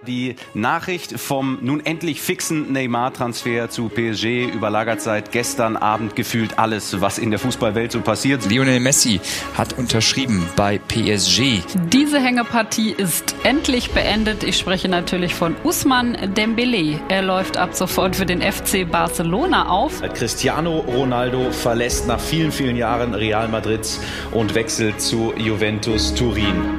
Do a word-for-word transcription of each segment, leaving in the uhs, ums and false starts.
Die Nachricht vom nun endlich fixen Neymar-Transfer zu P S G überlagert seit gestern Abend gefühlt alles, was in der Fußballwelt so passiert. Lionel Messi hat unterschrieben bei P S G. Diese Hängepartie ist endlich beendet. Ich spreche natürlich von Ousmane Dembélé. Er läuft ab sofort für den F C Barcelona auf. Cristiano Ronaldo verlässt nach vielen, vielen Jahren Real Madrid und wechselt zu Juventus Turin.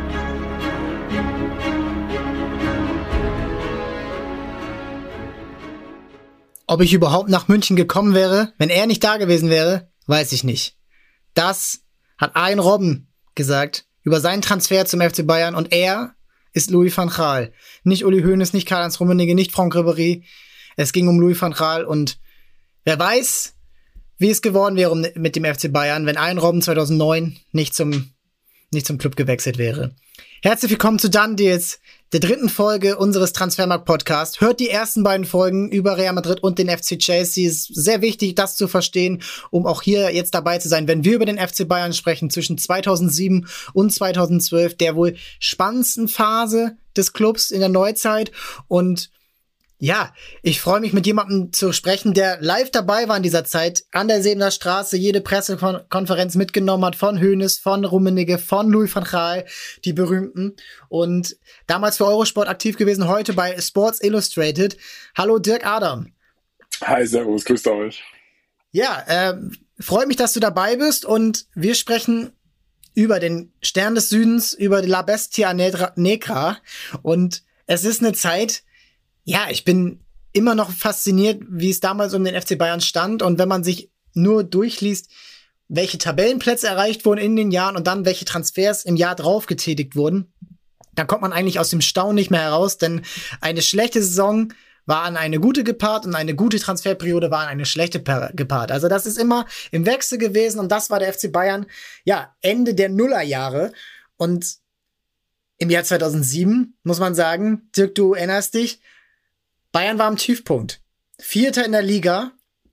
Ob ich überhaupt nach München gekommen wäre, wenn er nicht da gewesen wäre, weiß ich nicht. Das hat Arjen Robben gesagt über seinen Transfer zum F C Bayern und er ist Louis van Gaal. Nicht Uli Hoeneß, nicht Karl-Heinz Rummenigge, nicht Franck Ribéry. Es ging um Louis van Gaal und wer weiß, wie es geworden wäre mit dem F C Bayern, wenn Arjen Robben zweitausendneun nicht zum, nicht zum Club gewechselt wäre. Herzlich willkommen zu Done Deals, der dritten Folge unseres Transfermarkt-Podcasts. Hört die ersten beiden Folgen über Real Madrid und den F C Chelsea. Es ist sehr wichtig, das zu verstehen, um auch hier jetzt dabei zu sein, wenn wir über den F C Bayern sprechen, zwischen zweitausendsieben und zweitausendzwölf, der wohl spannendsten Phase des Clubs in der Neuzeit. Und ja, ich freue mich, mit jemandem zu sprechen, der live dabei war in dieser Zeit, an der Sebener Straße, jede Pressekonferenz mitgenommen hat von Hoeneß, von Rummenigge, von Louis van Gaal, die berühmten. Und damals für Eurosport aktiv gewesen, heute bei Sports Illustrated. Hallo Dirk Adam. Hi, servus, grüßt euch. Ja, äh, freut mich, dass du dabei bist und wir sprechen über den Stern des Südens, über La Bestia Negra. Und es ist eine Zeit, ja, ich bin immer noch fasziniert, wie es damals um den F C Bayern stand. Und wenn man sich nur durchliest, welche Tabellenplätze erreicht wurden in den Jahren und dann welche Transfers im Jahr drauf getätigt wurden, dann kommt man eigentlich aus dem Staunen nicht mehr heraus. Denn eine schlechte Saison war an eine gute gepaart und eine gute Transferperiode war an eine schlechte gepaart. Also das ist immer im Wechsel gewesen und das war der F C Bayern, ja, Ende der Nullerjahre. Und im Jahr zweitausendsieben, muss man sagen, Dirk, du erinnerst dich, Bayern war am Tiefpunkt. Vierter in der Liga.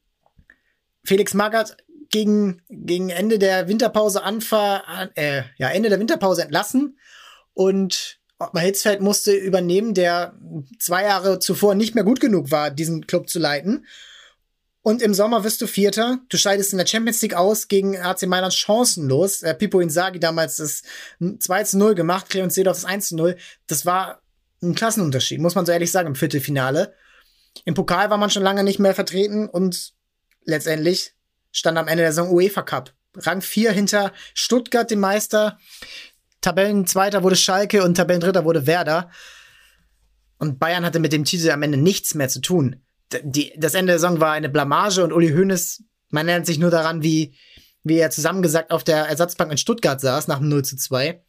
Felix Magath gegen, gegen Ende der Winterpause anfahr, äh, ja, Ende der Winterpause entlassen. Und Ottmar Hitzfeld musste übernehmen, der zwei Jahre zuvor nicht mehr gut genug war, diesen Club zu leiten. Und im Sommer wirst du Vierter. Du scheidest in der Champions League aus gegen A C Mailand chancenlos. Äh, Pipo Inzaghi damals das zwei zu null gemacht, Clemens Seedorf das eins zu null. Das war ein Klassenunterschied, muss man so ehrlich sagen, im Viertelfinale. Im Pokal war man schon lange nicht mehr vertreten und letztendlich stand am Ende der Saison UEFA Cup. Rang vier hinter Stuttgart, dem Meister. Tabellenzweiter wurde Schalke und Tabellendritter wurde Werder. Und Bayern hatte mit dem Titel am Ende nichts mehr zu tun. Die, das Ende der Saison war eine Blamage und Uli Hoeneß, man erinnert sich nur daran, wie, wie er zusammengesackt auf der Ersatzbank in Stuttgart saß nach dem null zu zwei.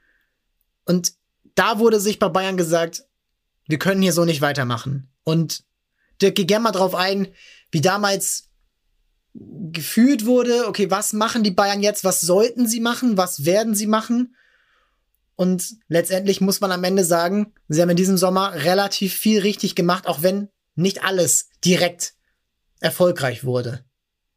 Und da wurde sich bei Bayern gesagt, wir können hier so nicht weitermachen. Und Dirk, geh gerne mal drauf ein, wie damals gefühlt wurde, okay, was machen die Bayern jetzt, was sollten sie machen, was werden sie machen? Und letztendlich muss man am Ende sagen, sie haben in diesem Sommer relativ viel richtig gemacht, auch wenn nicht alles direkt erfolgreich wurde.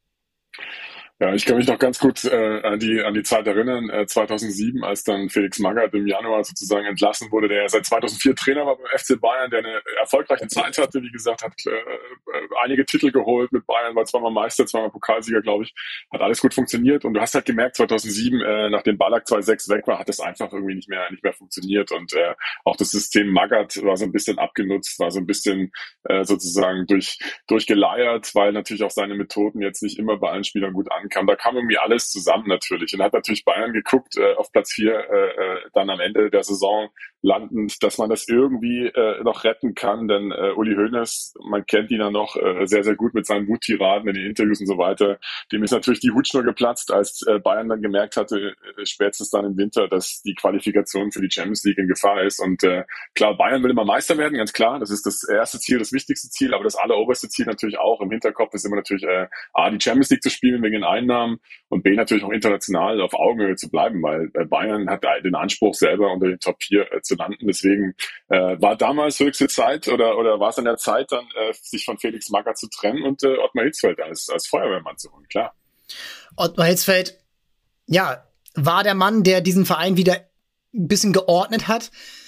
Ja, ich kann mich noch ganz gut äh, an die an die Zeit erinnern, äh, zweitausendsieben, als dann Felix Magath im Januar sozusagen entlassen wurde, der ja seit zweitausendvier Trainer war beim F C Bayern, der eine erfolgreiche Zeit hatte, wie gesagt, hat äh, einige Titel geholt mit Bayern, war zweimal Meister, zweimal Pokalsieger, glaube ich, hat alles gut funktioniert und du hast halt gemerkt, zweitausendsieben, äh, nachdem Ballack zwei sechs weg war, hat das einfach irgendwie nicht mehr nicht mehr funktioniert und äh, auch das System Magath war so ein bisschen abgenutzt, war so ein bisschen äh, sozusagen durch durchgeleiert, weil natürlich auch seine Methoden jetzt nicht immer bei allen Spielern gut ankam. Da kam irgendwie alles zusammen natürlich und hat natürlich Bayern geguckt, äh, auf Platz vier äh, dann am Ende der Saison landend, dass man das irgendwie äh, noch retten kann, denn äh, Uli Hoeneß, man kennt ihn ja noch äh, sehr, sehr gut mit seinen Wuttiraden in den Interviews und so weiter, dem ist natürlich die Hutschnur geplatzt, als äh, Bayern dann gemerkt hatte, äh, spätestens dann im Winter, dass die Qualifikation für die Champions League in Gefahr ist und äh, klar, Bayern will immer Meister werden, ganz klar, das ist das erste Ziel, das wichtigste Ziel, aber das alleroberste Ziel natürlich auch im Hinterkopf ist immer natürlich äh, A, die Champions League zu spielen wegen den Einnahmen und B, natürlich auch international auf Augenhöhe zu bleiben, weil äh, Bayern hat den Anspruch, selber unter den Top vier äh, zu landen. Deswegen äh, war damals höchste Zeit oder oder war es an der Zeit, dann äh, sich von Felix Magath zu trennen und äh, Ottmar Hitzfeld als, als Feuerwehrmann zu holen, klar. Ottmar Hitzfeld, ja, war der Mann, der diesen Verein wieder ein bisschen geordnet hat.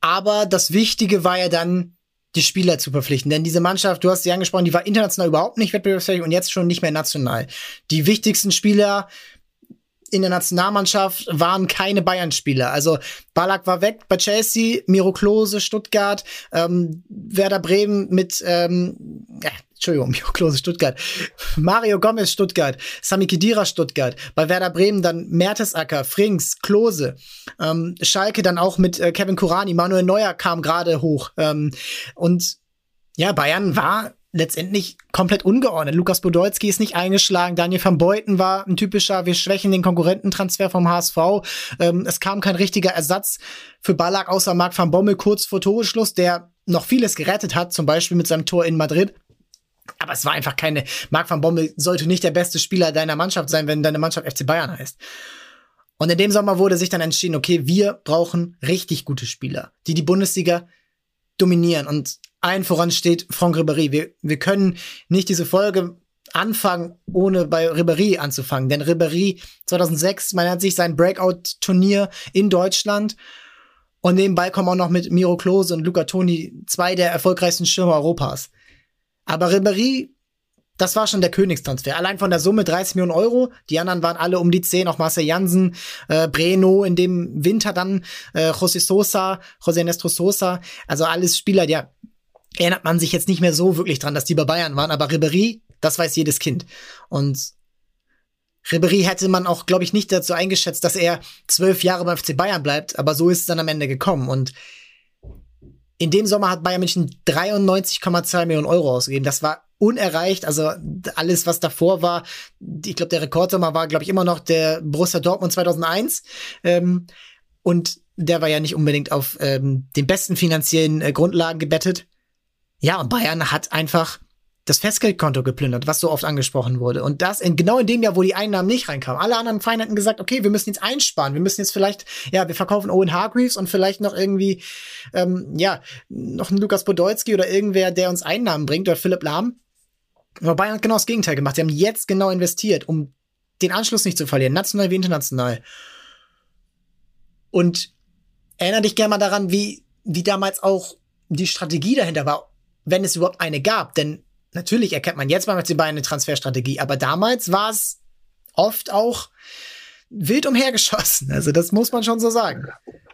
Aber das Wichtige war ja dann, die Spieler zu verpflichten. Denn diese Mannschaft, du hast sie angesprochen, die war international überhaupt nicht wettbewerbsfähig und jetzt schon nicht mehr national. Die wichtigsten Spieler in der Nationalmannschaft waren keine Bayern-Spieler. Also Ballack war weg bei Chelsea, Miro Klose, Stuttgart, ähm, Werder Bremen mit, ähm, ja, Entschuldigung, Miro Klose, Stuttgart, Mario Gomez, Stuttgart, Sami Khedira, Stuttgart, bei Werder Bremen dann Mertesacker, Frings, Klose, ähm, Schalke dann auch mit äh, Kevin Kurani, Manuel Neuer kam gerade hoch, ähm, und ja, Bayern war letztendlich komplett ungeordnet. Lukas Podolski ist nicht eingeschlagen. Daniel van Beuten war ein typischer, wir schwächen den Konkurrententransfer vom H S V. Ähm, es kam kein richtiger Ersatz für Ballack, außer Marc van Bommel kurz vor Toreschluss, der noch vieles gerettet hat, zum Beispiel mit seinem Tor in Madrid. Aber es war einfach keine, Marc van Bommel sollte nicht der beste Spieler deiner Mannschaft sein, wenn deine Mannschaft F C Bayern heißt. Und in dem Sommer wurde sich dann entschieden, okay, wir brauchen richtig gute Spieler, die die Bundesliga dominieren. Und allen voran steht Franck Ribéry. Wir, wir können nicht diese Folge anfangen, ohne bei Ribéry anzufangen. Denn Ribéry zweitausendsechs, man hat sich sein Breakout-Turnier in Deutschland und nebenbei kommen auch noch mit Miro Klose und Luca Toni zwei der erfolgreichsten Stürmer Europas. Aber Ribéry, das war schon der Königstransfer. Allein von der Summe dreißig Millionen Euro. Die anderen waren alle um die zehn. Auch Marcel Jansen, äh, Breno in dem Winter dann, äh, José Sosa, José Ernesto Sosa. Also alles Spieler, ja, erinnert man sich jetzt nicht mehr so wirklich dran, dass die bei Bayern waren. Aber Ribéry, das weiß jedes Kind. Und Ribéry hätte man auch, glaube ich, nicht dazu eingeschätzt, dass er zwölf Jahre beim F C Bayern bleibt. Aber so ist es dann am Ende gekommen. Und in dem Sommer hat Bayern München dreiundneunzig Komma zwei Millionen Euro ausgegeben. Das war unerreicht. Also alles, was davor war, ich glaube, der Rekordsommer war, glaube ich, immer noch der Borussia Dortmund zweitausendeins. Ähm, und der war ja nicht unbedingt auf ähm, den besten finanziellen äh, Grundlagen gebettet. Ja, und Bayern hat einfach das Festgeldkonto geplündert, was so oft angesprochen wurde. Und das in, genau in dem Jahr, wo die Einnahmen nicht reinkamen. Alle anderen Vereine hatten gesagt, okay, wir müssen jetzt einsparen. Wir müssen jetzt vielleicht, ja, wir verkaufen Owen Hargreaves und vielleicht noch irgendwie, ähm, ja, noch einen Lukas Podolski oder irgendwer, der uns Einnahmen bringt, oder Philipp Lahm. Aber Bayern hat genau das Gegenteil gemacht. Sie haben jetzt genau investiert, um den Anschluss nicht zu verlieren, national wie international. Und erinnere dich gerne mal daran, wie, wie damals auch die Strategie dahinter war, wenn es überhaupt eine gab. Denn natürlich erkennt man jetzt beim F C Bayern eine Transferstrategie, aber damals war es oft auch wild umhergeschossen. Also das muss man schon so sagen.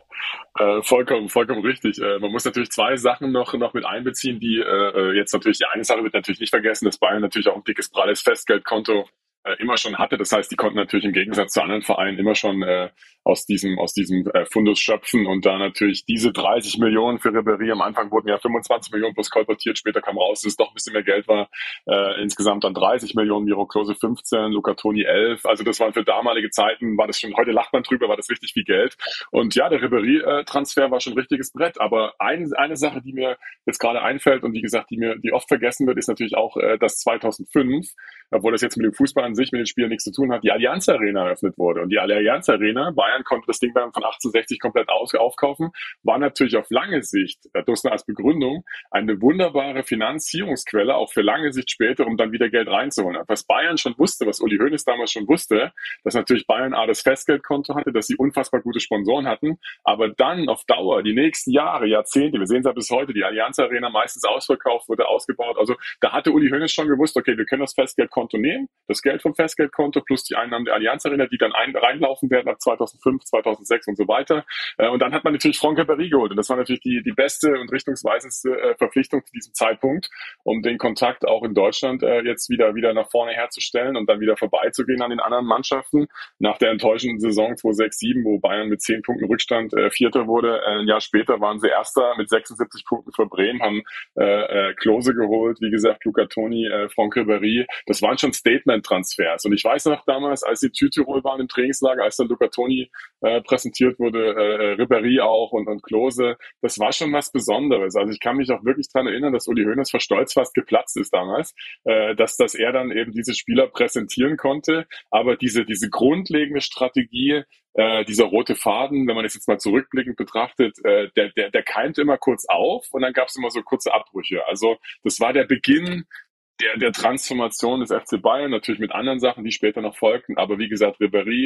Äh, vollkommen, vollkommen richtig. Äh, man muss natürlich zwei Sachen noch, noch mit einbeziehen, die äh, jetzt natürlich, die eine Sache wird natürlich nicht vergessen, dass Bayern natürlich auch ein dickes, pralles Festgeldkonto äh, immer schon hatte. Das heißt, die konnten natürlich im Gegensatz zu anderen Vereinen immer schon äh, aus diesem, aus diesem äh, Fundus schöpfen und da natürlich diese dreißig Millionen für Ribéry, am Anfang wurden ja fünfundzwanzig Millionen plus kolportiert, später kam raus, dass es doch ein bisschen mehr Geld war, äh, insgesamt dann dreißig Millionen, Miro Klose fünfzehn, Luca Toni elf, also das waren für damalige Zeiten, war das schon, heute lacht man drüber, war das richtig viel Geld und ja, der Ribéry-Transfer war schon ein richtiges Brett, aber ein, eine Sache, die mir jetzt gerade einfällt und wie gesagt, die mir, die oft vergessen wird, ist natürlich auch, äh, dass zweitausendfünf, obwohl das jetzt mit dem Fußball an sich, mit den Spielen nichts zu tun hat, die Allianz Arena eröffnet wurde und die Allianz Arena, Bayern konnte das Ding dann von achtzehnhundertsechzig komplett aus, aufkaufen, war natürlich auf lange Sicht, das nur als Begründung, eine wunderbare Finanzierungsquelle, auch für lange Sicht später, um dann wieder Geld reinzuholen. Was Bayern schon wusste, was Uli Hoeneß damals schon wusste, dass natürlich Bayern A, das Festgeldkonto hatte, dass sie unfassbar gute Sponsoren hatten, aber dann auf Dauer, die nächsten Jahre, Jahrzehnte, wir sehen es ja bis heute, die Allianz Arena meistens ausverkauft, wurde ausgebaut, also da hatte Uli Hoeneß schon gewusst, okay, wir können das Festgeldkonto nehmen, das Geld vom Festgeldkonto plus die Einnahmen der Allianz Arena, die dann ein, reinlaufen werden ab zweitausendfünf, zweitausendsechs und so weiter. Und dann hat man natürlich Franck Ribéry geholt. Und das war natürlich die, die beste und richtungsweisendste Verpflichtung zu diesem Zeitpunkt, um den Kontakt auch in Deutschland jetzt wieder, wieder nach vorne herzustellen und dann wieder vorbeizugehen an den anderen Mannschaften. Nach der enttäuschenden Saison zweitausendsechs sieben, wo Bayern mit zehn Punkten Rückstand äh, Vierter wurde, ein Jahr später waren sie Erster mit sechsundsiebzig Punkten für Bremen, haben äh, äh, Klose geholt, wie gesagt, Luca Toni, äh, Franck Ribéry. Das waren schon Statement-Transfers. Und ich weiß noch damals, als die Südtirol waren im Trainingslager, als dann Luca Toni äh, präsentiert wurde, äh, Ribéry auch und, und Klose, das war schon was Besonderes. Also ich kann mich auch wirklich daran erinnern, dass Uli Hoeneß vor Stolz fast geplatzt ist damals, äh, dass, dass er dann eben diese Spieler präsentieren konnte. Aber diese, diese grundlegende Strategie, äh, dieser rote Faden, wenn man es jetzt mal zurückblickend betrachtet, äh, der, der, der keimt immer kurz auf und dann gab es immer so kurze Abbrüche. Also das war der Beginn der, der Transformation des F C Bayern, natürlich mit anderen Sachen, die später noch folgten. Aber wie gesagt, Ribéry,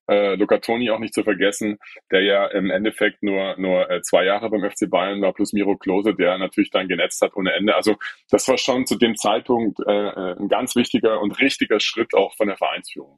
Äh, Luca Toni auch nicht zu vergessen, der ja im Endeffekt nur nur äh, zwei Jahre beim F C Bayern war, plus Miro Klose, der natürlich dann genetzt hat ohne Ende. Also das war schon zu dem Zeitpunkt äh, ein ganz wichtiger und richtiger Schritt auch von der Vereinsführung.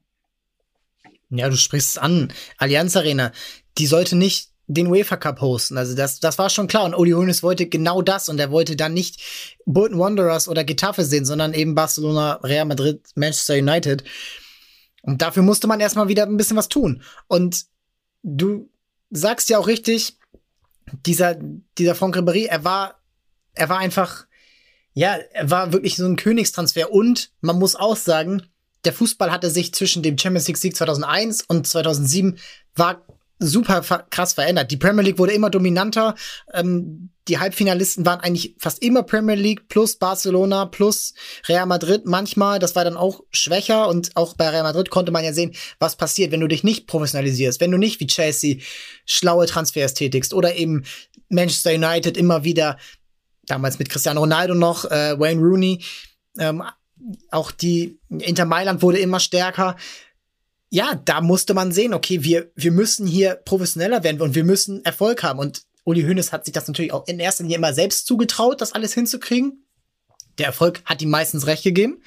Ja, du sprichst es an. Allianz Arena, die sollte nicht den UEFA Cup hosten. Also das, das war schon klar. Und Uli Hoeneß wollte genau das. Und er wollte dann nicht Bolton Wanderers oder Getafe sehen, sondern eben Barcelona, Real Madrid, Manchester United. Und dafür musste man erstmal wieder ein bisschen was tun. Und du sagst ja auch richtig, dieser, dieser Franck Ribéry, er war, er war einfach, ja, er war wirklich so ein Königstransfer. Und man muss auch sagen, der Fußball hatte sich zwischen dem Champions League Sieg zweitausendeins und zweitausendsieben war super krass verändert. Die Premier League wurde immer dominanter. Ähm, die Halbfinalisten waren eigentlich fast immer Premier League plus Barcelona plus Real Madrid manchmal. Das war dann auch schwächer und auch bei Real Madrid konnte man ja sehen, was passiert, wenn du dich nicht professionalisierst, wenn du nicht wie Chelsea schlaue Transfers tätigst oder eben Manchester United immer wieder, damals mit Cristiano Ronaldo noch, äh, Wayne Rooney, ähm, auch die Inter Mailand wurde immer stärker. Ja, da musste man sehen, okay, wir wir müssen hier professioneller werden und wir müssen Erfolg haben. Und Uli Hoeneß hat sich das natürlich auch in erster Linie immer selbst zugetraut, das alles hinzukriegen. Der Erfolg hat ihm meistens recht gegeben.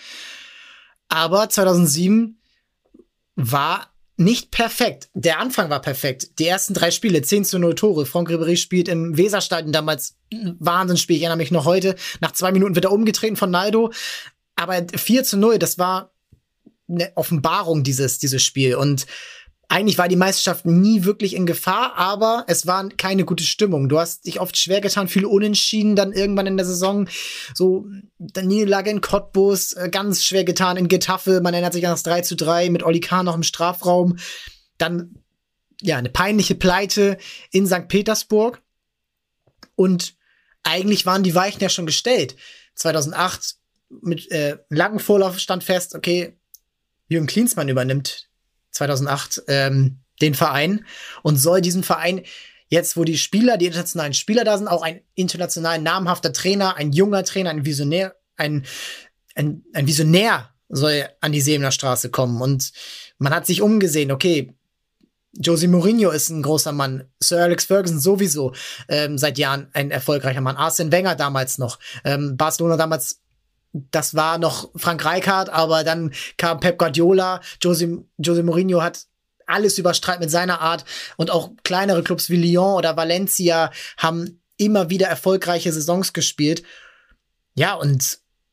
Aber zweitausendsieben war nicht perfekt. Der Anfang war perfekt. Die ersten drei Spiele, zehn zu null Tore. Franck Ribéry spielt im Weserstadion damals ein Wahnsinnsspiel. Ich erinnere mich noch heute. Nach zwei Minuten wird er umgetreten von Naldo. Aber vier zu null, das war eine Offenbarung, dieses, dieses Spiel. Und eigentlich war die Meisterschaft nie wirklich in Gefahr, aber es war keine gute Stimmung. Du hast dich oft schwer getan, viele Unentschieden dann irgendwann in der Saison. So, die Niederlage in Cottbus, ganz schwer getan in Getafe. Man erinnert sich an das drei zu drei mit Oli Kahn noch im Strafraum. Dann, ja, eine peinliche Pleite in Sankt Petersburg. Und eigentlich waren die Weichen ja schon gestellt. zweitausendacht mit äh, langem Vorlauf stand fest, okay, Jürgen Klinsmann übernimmt zweitausendacht ähm, den Verein und soll diesen Verein jetzt, wo die Spieler, die internationalen Spieler da sind, auch ein international namhafter Trainer, ein junger Trainer, ein Visionär, ein, ein, ein Visionär soll an die Sebener Straße kommen. Und man hat sich umgesehen, okay, Jose Mourinho ist ein großer Mann, Sir Alex Ferguson sowieso ähm, seit Jahren ein erfolgreicher Mann, Arsene Wenger damals noch, ähm, Barcelona damals, das war noch Frank Rijkaard, aber dann kam Pep Guardiola, Jose, Jose Mourinho hat alles überstrahlt mit seiner Art und auch kleinere Clubs wie Lyon oder Valencia haben immer wieder erfolgreiche Saisons gespielt. Ja, und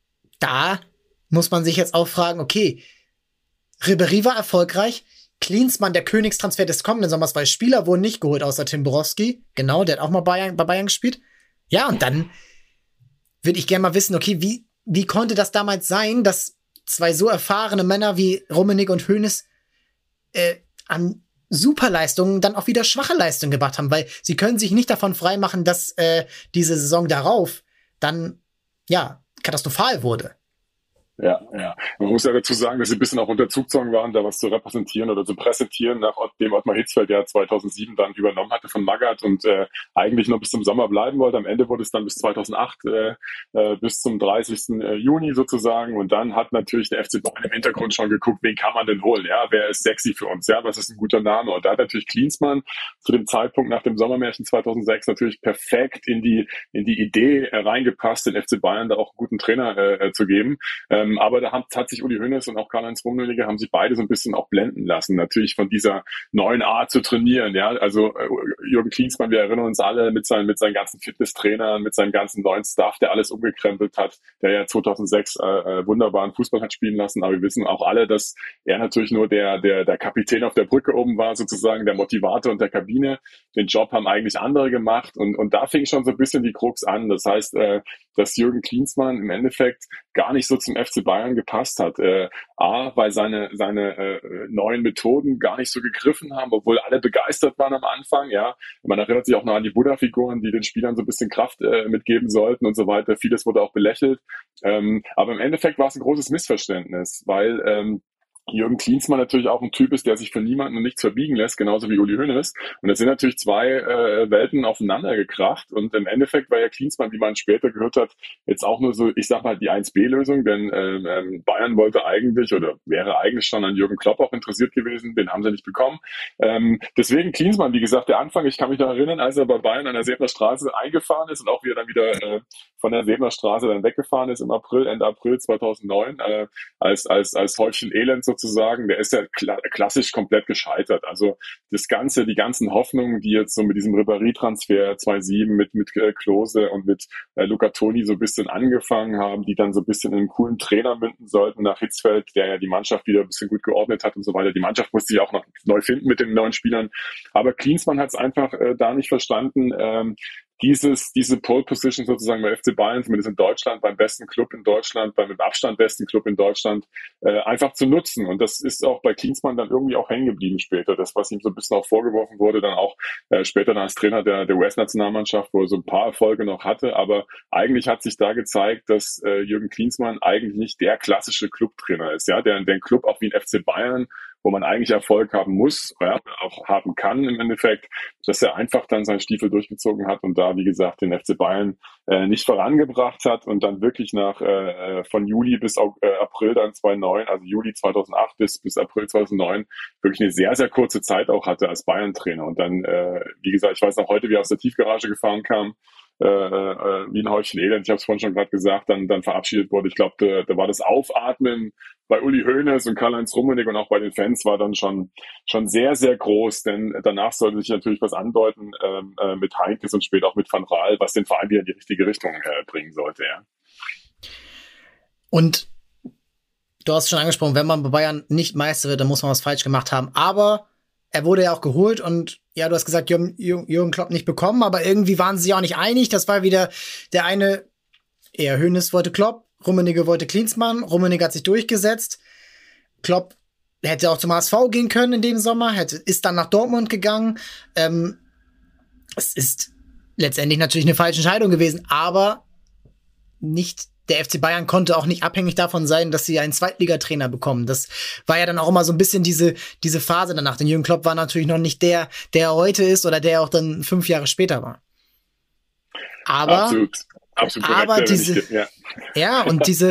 da muss man sich jetzt auch fragen, okay, Ribéry war erfolgreich, Klinsmann der Königstransfer des kommenden Sommers, weil Spieler wurden nicht geholt, außer Tim Borowski, genau, der hat auch mal Bayern, bei Bayern gespielt. Ja, und dann würde ich gerne mal wissen, okay, wie Wie konnte das damals sein, dass zwei so erfahrene Männer wie Rummenigge und Hoeneß äh, an Superleistungen dann auch wieder schwache Leistungen gebracht haben? Weil sie können sich nicht davon freimachen, dass äh, diese Saison darauf dann, ja, katastrophal wurde. Ja, ja. Man muss ja dazu sagen, dass sie ein bisschen auch unter Zugzwang waren, da was zu repräsentieren oder zu präsentieren, nachdem Ottmar Hitzfeld ja zweitausendsieben dann übernommen hatte von Magath und äh, eigentlich noch bis zum Sommer bleiben wollte. Am Ende wurde es dann bis zweitausendacht, äh, äh, bis zum dreißigsten Juni sozusagen. Und dann hat natürlich der F C Bayern im Hintergrund schon geguckt, wen kann man denn holen? Ja, wer ist sexy für uns? Ja, was ist ein guter Name? Und da hat natürlich Klinsmann zu dem Zeitpunkt nach dem Sommermärchen zweitausendsechs natürlich perfekt in die in die Idee äh, reingepasst, den F C Bayern da auch einen guten Trainer äh, zu geben. Ähm, aber da hat, hat sich Uli Hoeneß und auch Karl-Heinz Rummenigge haben sich beide so ein bisschen auch blenden lassen, natürlich von dieser neuen Art zu trainieren. Ja, also äh, Jürgen Klinsmann, wir erinnern uns alle mit seinen mit seinen ganzen Fitnesstrainern, mit seinem ganzen neuen Staff, der alles umgekrempelt hat, der ja zweitausendsechs äh, wunderbaren Fußball hat spielen lassen. Aber wir wissen auch alle, dass er natürlich nur der der der Kapitän auf der Brücke oben war, sozusagen der Motivator und der Kabine. Den Job haben eigentlich andere gemacht und und da fing schon so ein bisschen die Krux an. Das heißt, äh, dass Jürgen Klinsmann im Endeffekt gar nicht so zum F C Bayern gepasst hat. Äh, A, weil seine seine äh, neuen Methoden gar nicht so gegriffen haben, obwohl alle begeistert waren am Anfang. Ja, man erinnert sich auch noch an die Buddha-Figuren, die den Spielern so ein bisschen Kraft äh, mitgeben sollten und so weiter. Vieles wurde auch belächelt. Ähm, aber im Endeffekt war es ein großes Missverständnis, weil ähm, Jürgen Klinsmann natürlich auch ein Typ ist, der sich für niemanden und nichts verbiegen lässt, genauso wie Uli Hoeneß. Und es sind natürlich zwei äh, Welten aufeinander gekracht. Und im Endeffekt war ja Klinsmann, wie man später gehört hat, jetzt auch nur so, ich sag mal, die eins B-Lösung, denn ähm, Bayern wollte eigentlich oder wäre eigentlich schon an Jürgen Klopp auch interessiert gewesen, den haben sie nicht bekommen. Ähm, deswegen Klinsmann, wie gesagt, der Anfang, ich kann mich noch erinnern, als er bei Bayern an der Säbener Straße eingefahren ist und auch wie er dann wieder äh, von der Säbener Straße dann weggefahren ist im April, Ende April zweitausendneun, äh, als als als Häufchen Elend sozusagen, der ist ja kla- klassisch komplett gescheitert. Also das Ganze, die ganzen Hoffnungen, die jetzt so mit diesem Ribéry-Transfer zweitausendsieben mit mit äh, Klose und mit äh, Luca Toni so ein bisschen angefangen haben, die dann so ein bisschen in einen coolen Trainer münden sollten nach Hitzfeld, der ja die Mannschaft wieder ein bisschen gut geordnet hat und so weiter. Die Mannschaft musste sich auch noch neu finden mit den neuen Spielern. Aber Klinsmann hat es einfach äh, da nicht verstanden, ähm, dieses, diese Pole Position sozusagen bei F C Bayern, zumindest in Deutschland, beim besten Club in Deutschland, beim mit Abstand besten Club in Deutschland, äh, einfach zu nutzen. Und das ist auch bei Klinsmann dann irgendwie auch hängen geblieben später. Das, was ihm so ein bisschen auch vorgeworfen wurde, dann auch äh, später dann als Trainer der, der U S-Nationalmannschaft, wo er so ein paar Erfolge noch hatte. Aber eigentlich hat sich da gezeigt, dass äh, Jürgen Klinsmann eigentlich nicht der klassische Clubtrainer ist, ja, der, der ein Club auch wie ein F C Bayern, wo man eigentlich Erfolg haben muss, ja, auch haben kann im Endeffekt, dass er einfach dann seinen Stiefel durchgezogen hat und da, wie gesagt, den F C Bayern äh, nicht vorangebracht hat und dann wirklich nach äh, von Juli bis äh, April dann zweitausendneun, also Juli zweitausendacht bis bis April zweitausendneun, wirklich eine sehr, sehr kurze Zeit auch hatte als Bayern-Trainer. Und dann, äh, wie gesagt, ich weiß noch heute, wie er aus der Tiefgarage gefahren kam, äh, äh, wie ein Häufchen Elend, ich habe es vorhin schon gerade gesagt, dann dann verabschiedet wurde. Ich glaube, da, da war das Aufatmen bei Uli Hoeneß und Karl-Heinz Rummenigge und auch bei den Fans war dann schon schon sehr, sehr groß, denn danach sollte sich natürlich was andeuten ähm, äh, mit Heinkes und später auch mit Van Raal, was den Verein wieder in die richtige Richtung äh, bringen sollte. Ja. Und du hast schon angesprochen, wenn man bei Bayern nicht Meister wird, dann muss man was falsch gemacht haben. Aber er wurde ja auch geholt und ja, du hast gesagt, Jürgen, Jürgen Klopp nicht bekommen, aber irgendwie waren sie sich auch nicht einig. Das war wieder der eine, eher Hoeneß wollte Klopp, Rummenigge wollte Klinsmann, Rummenigge hat sich durchgesetzt. Klopp hätte auch zum H S V gehen können in dem Sommer, hätte, ist dann nach Dortmund gegangen. Ähm, es ist letztendlich natürlich eine falsche Entscheidung gewesen, aber nicht, der F C Bayern konnte auch nicht abhängig davon sein, dass sie einen Zweitligatrainer bekommen. Das war ja dann auch immer so ein bisschen diese, diese Phase danach. Denn Jürgen Klopp war natürlich noch nicht der, der er heute ist oder der auch dann fünf Jahre später war. Aber, Absolut. Absolut aber korrekt, diese, ich, ja. ja, und diese,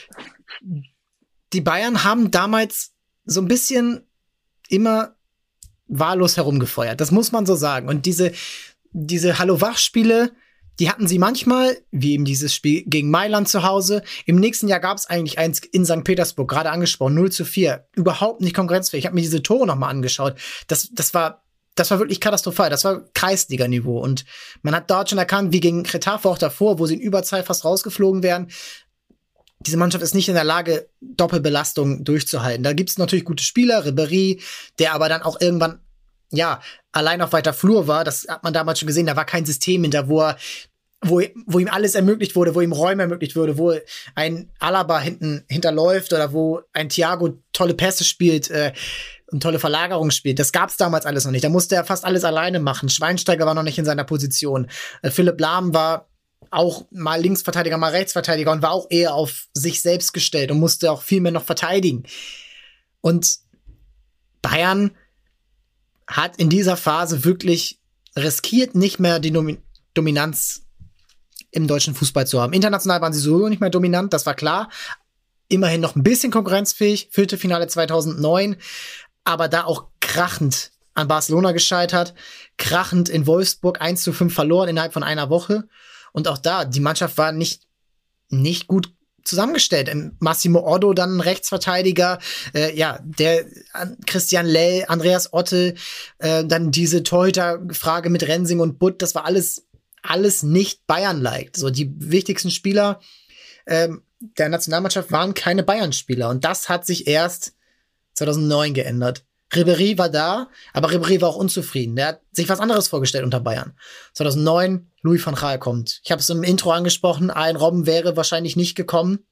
die Bayern haben damals so ein bisschen immer wahllos herumgefeuert. Das muss man so sagen. Und diese, diese Hallo-Wach-Spiele, die hatten sie manchmal, wie eben dieses Spiel gegen Mailand zu Hause. Im nächsten Jahr gab es eigentlich eins in Sankt Petersburg, gerade angesprochen, null zu vier. Überhaupt nicht konkurrenzfähig. Ich habe mir diese Tore nochmal angeschaut. Das, das war Das war wirklich katastrophal. Das war Kreisliga-Niveau. Und man hat dort schon erkannt, wie gegen Getafe auch davor, wo sie in Überzahl fast rausgeflogen wären. Diese Mannschaft ist nicht in der Lage, Doppelbelastung durchzuhalten. Da gibt es natürlich gute Spieler, Ribéry, der aber dann auch irgendwann, ja, allein auf weiter Flur war. Das hat man damals schon gesehen. Da war kein System hinter, wo er, wo, wo ihm alles ermöglicht wurde, wo ihm Räume ermöglicht wurde, wo ein Alaba hinten hinterläuft oder wo ein Thiago tolle Pässe spielt, äh, und tolle Verlagerung spielt. Das gab's damals alles noch nicht. Da musste er fast alles alleine machen. Schweinsteiger war noch nicht in seiner Position. Äh, Philipp Lahm war auch mal Linksverteidiger, mal Rechtsverteidiger und war auch eher auf sich selbst gestellt und musste auch viel mehr noch verteidigen. Und Bayern hat in dieser Phase wirklich riskiert, nicht mehr die Nomi- Dominanz im deutschen Fußball zu haben. International waren sie sowieso nicht mehr dominant, das war klar. Immerhin noch ein bisschen konkurrenzfähig. Viertelfinale zweitausendneun. Aber da auch krachend an Barcelona gescheitert, krachend in Wolfsburg eins zu fünf verloren innerhalb von einer Woche. Und auch da, die Mannschaft war nicht, nicht gut zusammengestellt. Massimo Oddo, dann ein Rechtsverteidiger, äh, ja, der Christian Lell, Andreas Otte, äh, dann diese Torhüter-Frage mit Rensing und Butt, das war alles, alles nicht Bayern-like. So, die wichtigsten Spieler ähm, der Nationalmannschaft waren keine Bayern-Spieler. Und das hat sich erst zweitausendneun geändert. Ribéry war da, aber Ribéry war auch unzufrieden. Der hat sich was anderes vorgestellt unter Bayern. zweitausendneun, Louis van Gaal kommt. Ich habe es im Intro angesprochen, Arjen Robben wäre wahrscheinlich nicht gekommen.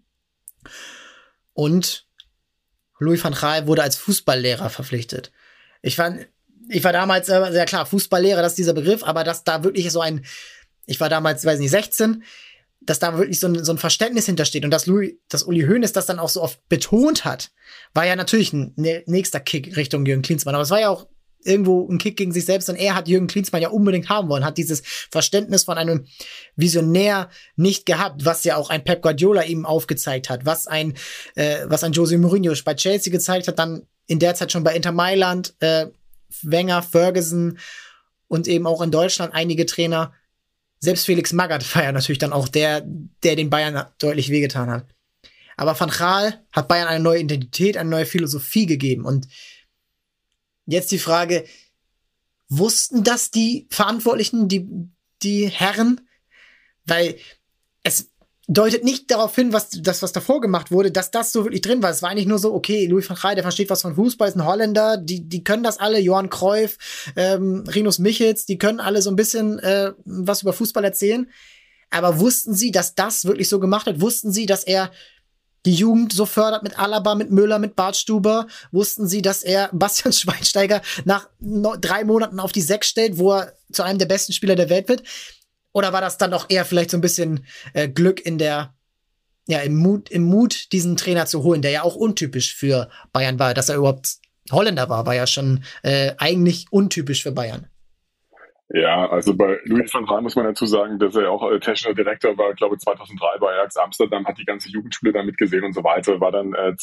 Und Louis van Gaal wurde als Fußballlehrer verpflichtet. Ich war, ich war damals, äh, sehr klar, Fußballlehrer, das ist dieser Begriff, aber dass da wirklich so ein, ich war damals, weiß nicht, sechzehn, dass da wirklich so ein, so ein Verständnis hintersteht und dass Louis, dass Uli Hoeneß das dann auch so oft betont hat, war ja natürlich ein nächster Kick Richtung Jürgen Klinsmann. Aber es war ja auch irgendwo ein Kick gegen sich selbst und er hat Jürgen Klinsmann ja unbedingt haben wollen, hat dieses Verständnis von einem Visionär nicht gehabt, was ja auch ein Pep Guardiola ihm aufgezeigt hat, was ein, äh, was ein Jose Mourinho bei Chelsea gezeigt hat, dann in der Zeit schon bei Inter Mailand, äh, Wenger, Ferguson und eben auch in Deutschland einige Trainer. Selbst Felix Magath war ja natürlich dann auch der, der den Bayern deutlich wehgetan hat. Aber Van Gaal hat Bayern eine neue Identität, eine neue Philosophie gegeben. Und jetzt die Frage, wussten das die Verantwortlichen, die, die Herren? Weil es deutet nicht darauf hin, was das, was davor gemacht wurde, dass das so wirklich drin war. Es war eigentlich nur so, okay, Louis van Gaal, der versteht was von Fußball, ist ein Holländer, die, die können das alle, Johan Cruyff, ähm, Rinus Michels, die können alle so ein bisschen äh, was über Fußball erzählen. Aber wussten sie, dass das wirklich so gemacht wird? Wussten sie, dass er die Jugend so fördert mit Alaba, mit Müller, mit Bartstuber? Wussten sie, dass er Bastian Schweinsteiger nach no- drei Monaten auf die Sechs stellt, wo er zu einem der besten Spieler der Welt wird? Oder war das dann auch eher vielleicht so ein bisschen äh, Glück in der, ja, im Mut, im Mut, diesen Trainer zu holen, der ja auch untypisch für Bayern war. Dass er überhaupt Holländer war, war ja schon äh, eigentlich untypisch für Bayern. Ja, also bei Louis van Gaal muss man dazu sagen, dass er auch äh, technischer Direktor war, ich glaube zweitausenddrei bei Ajax Amsterdam, hat die ganze Jugendschule da mitgesehen und so weiter, war dann äh,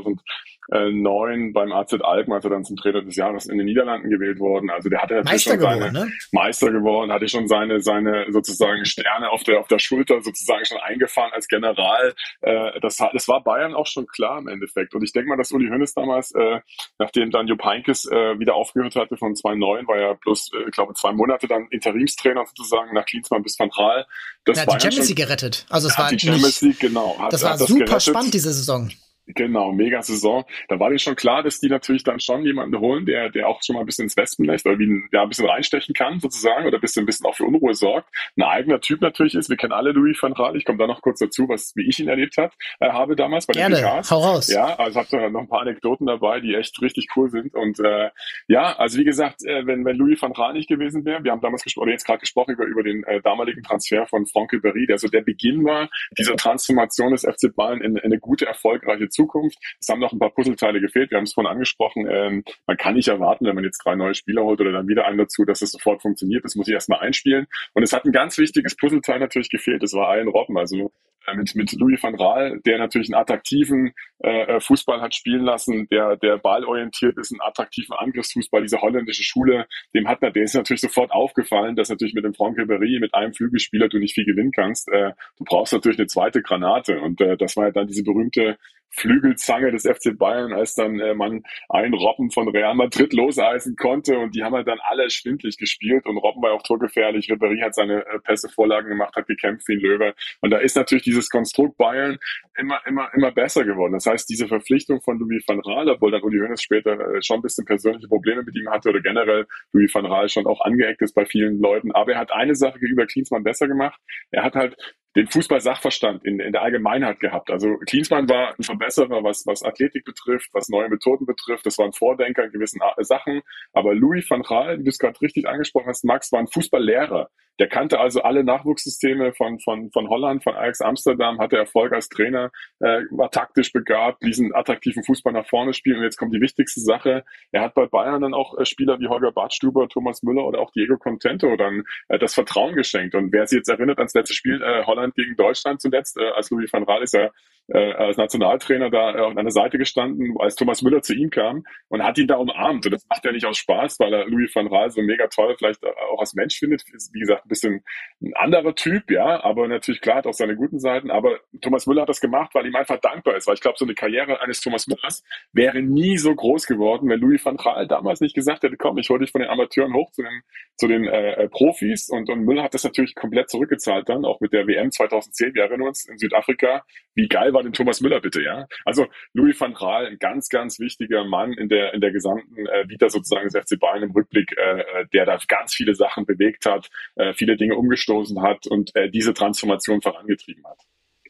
zweitausendneun beim A Z Alkmaar, also dann zum Trainer des Jahres in den Niederlanden gewählt worden. Also der hatte natürlich Meister schon seine geworden, ne? Meister geworden, hatte schon seine seine sozusagen Sterne auf der auf der Schulter sozusagen schon eingefahren als General. Äh, das, das war Bayern auch schon klar im Endeffekt. Und ich denke mal, dass Uli Hoeneß damals, äh, nachdem dann Jupp Heynckes äh, wieder aufgehört hatte von zweitausendneun, war ja bloß, äh, ich glaube, zwei Monate dann Interimstrainer sozusagen nach Klinsmann bis Van Gaal. Das er hat war die Champions League gerettet. Also es ja, war die Champions League, genau. Hat, das war hat das super gerettet. Spannend, diese Saison. Genau, mega Saison. Da war dir schon klar, dass die natürlich dann schon jemanden holen, der der auch schon mal ein bisschen ins Wespennest oder wie ein, ja, ein bisschen reinstechen kann sozusagen oder ein bisschen, ein bisschen auch für Unruhe sorgt. Ein eigener Typ natürlich ist. Wir kennen alle Louis van Gaal. Ich komme da noch kurz dazu, was wie ich ihn erlebt hat, äh, habe damals bei den Gerne, P Ks. hau raus. Ja, also habe da noch ein paar Anekdoten dabei, die echt richtig cool sind. Und äh, ja, also wie gesagt, äh, wenn wenn Louis van Gaal nicht gewesen wäre, wir haben damals gesprochen, oder jetzt gerade gesprochen über über den äh, damaligen Transfer von Franck Ribéry, der so der Beginn war dieser Transformation des F C Bayern in, in eine gute, erfolgreiche Zukunft. Es haben noch ein paar Puzzleteile gefehlt. Wir haben es vorhin angesprochen. Ähm, man kann nicht erwarten, wenn man jetzt drei neue Spieler holt oder dann wieder einen dazu, dass es sofort funktioniert. Das muss ich erstmal einspielen. Und es hat ein ganz wichtiges Puzzleteil natürlich gefehlt. Das war Arjen Robben. Also äh, mit, mit Louis van Gaal, der natürlich einen attraktiven äh, Fußball hat spielen lassen, der, der ballorientiert ist, einen attraktiven Angriffsfußball, diese holländische Schule, dem hat, der ist natürlich sofort aufgefallen, dass natürlich mit dem Franck Ribéry, mit einem Flügelspieler du nicht viel gewinnen kannst. Äh, du brauchst natürlich eine zweite Granate. Und äh, das war ja dann diese berühmte Flügelzange des F C Bayern, als dann äh, man einen Robben von Real Madrid loseisen konnte und die haben halt dann alle schwindlig gespielt und Robben war auch torgefährlich, Ribéry hat seine äh, Pässe, Vorlagen gemacht, hat gekämpft wie ein Löwe und da ist natürlich dieses Konstrukt Bayern immer, immer, immer besser geworden. Das heißt, diese Verpflichtung von Louis van Gaal, obwohl dann Uli Hoeneß später äh, schon ein bisschen persönliche Probleme mit ihm hatte oder generell Louis van Gaal schon auch angeeckt ist bei vielen Leuten, aber er hat eine Sache gegenüber Klinsmann besser gemacht, er hat halt den Fußball-Sachverstand in, in der Allgemeinheit gehabt. Also Klinsmann war ein Verbesserer, was, was Athletik betrifft, was neue Methoden betrifft. Das war ein Vordenker in gewissen Sachen. Aber Louis van Gaal, wie du es gerade richtig angesprochen hast, Max, war ein Fußballlehrer. Der kannte also alle Nachwuchssysteme von, von, von Holland, von Ajax Amsterdam, hatte Erfolg als Trainer, äh, war taktisch begabt, diesen attraktiven Fußball nach vorne spielen. Und jetzt kommt die wichtigste Sache. Er hat bei Bayern dann auch äh, Spieler wie Holger Badstuber, Thomas Müller oder auch Diego Contento dann äh, das Vertrauen geschenkt. Und wer sich jetzt erinnert ans letzte Spiel, äh, Holland gegen Deutschland zuletzt, äh, als Louis van Gaal ist ja äh, als Nationaltrainer da äh, an der Seite gestanden, als Thomas Müller zu ihm kam und hat ihn da umarmt. Und das macht er nicht aus Spaß, weil er Louis van Gaal so mega toll vielleicht auch als Mensch findet. Ist, wie gesagt, ein bisschen ein anderer Typ, ja, aber natürlich klar hat auch seine guten Seiten. Aber Thomas Müller hat das gemacht, weil ihm einfach dankbar ist, weil ich glaube, so eine Karriere eines Thomas Müllers wäre nie so groß geworden, wenn Louis van Gaal damals nicht gesagt hätte, komm, ich hole dich von den Amateuren hoch zu den, zu den äh, Profis. Und, und Müller hat das natürlich komplett zurückgezahlt dann, auch mit der W M zweitausendzehn. Wir erinnern uns in Südafrika. Wie geil war denn Thomas Müller bitte, ja? Also Louis van Gaal, ein ganz, ganz wichtiger Mann in der in der gesamten äh, Vita sozusagen des F C Bayern im Rückblick, äh, der da ganz viele Sachen bewegt hat, äh, viele Dinge umgestoßen hat und äh, diese Transformation vorangetrieben hat.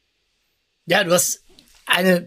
Ja, du hast eine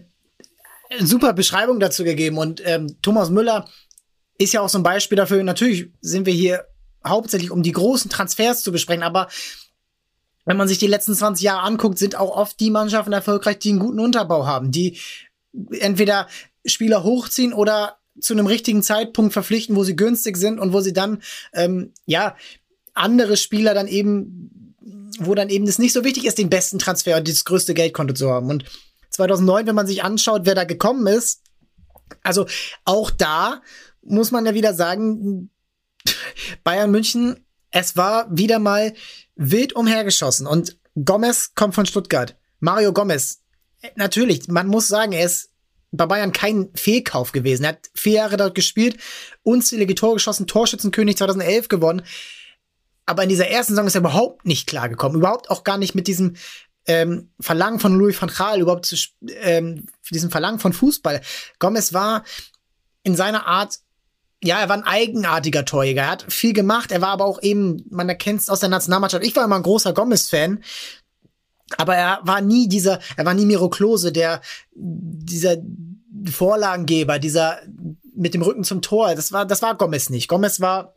super Beschreibung dazu gegeben und ähm, Thomas Müller ist ja auch so ein Beispiel dafür. Natürlich sind wir hier hauptsächlich, um die großen Transfers zu besprechen, aber wenn man sich die letzten zwanzig Jahre anguckt, sind auch oft die Mannschaften erfolgreich, die einen guten Unterbau haben, die entweder Spieler hochziehen oder zu einem richtigen Zeitpunkt verpflichten, wo sie günstig sind und wo sie dann, ähm, ja, andere Spieler dann eben, wo dann eben es nicht so wichtig ist, den besten Transfer und das größte Geldkonto zu haben. Und zweitausendneun, wenn man sich anschaut, wer da gekommen ist, also auch da muss man ja wieder sagen, Bayern München, es war wieder mal wild umhergeschossen. Und Gomez kommt von Stuttgart. Mario Gomez, natürlich, man muss sagen, er ist bei Bayern kein Fehlkauf gewesen. Er hat vier Jahre dort gespielt, unzählige Tore geschossen, Torschützenkönig zweitausendelf gewonnen. Aber in dieser ersten Saison ist er überhaupt nicht klargekommen. Überhaupt auch gar nicht mit diesem ähm, Verlangen von Louis van Gaal, überhaupt zu, ähm, diesem Verlangen von Fußball. Gomez war in seiner Art, ja, er war ein eigenartiger Torjäger. Er hat viel gemacht, er war aber auch eben, man erkennt es aus der Nationalmannschaft. Ich war immer ein großer Gomez-Fan. Aber er war nie dieser, er war nie Miro Klose, der, dieser Vorlagengeber, dieser mit dem Rücken zum Tor. Das war, das war Gomez nicht. Gomez war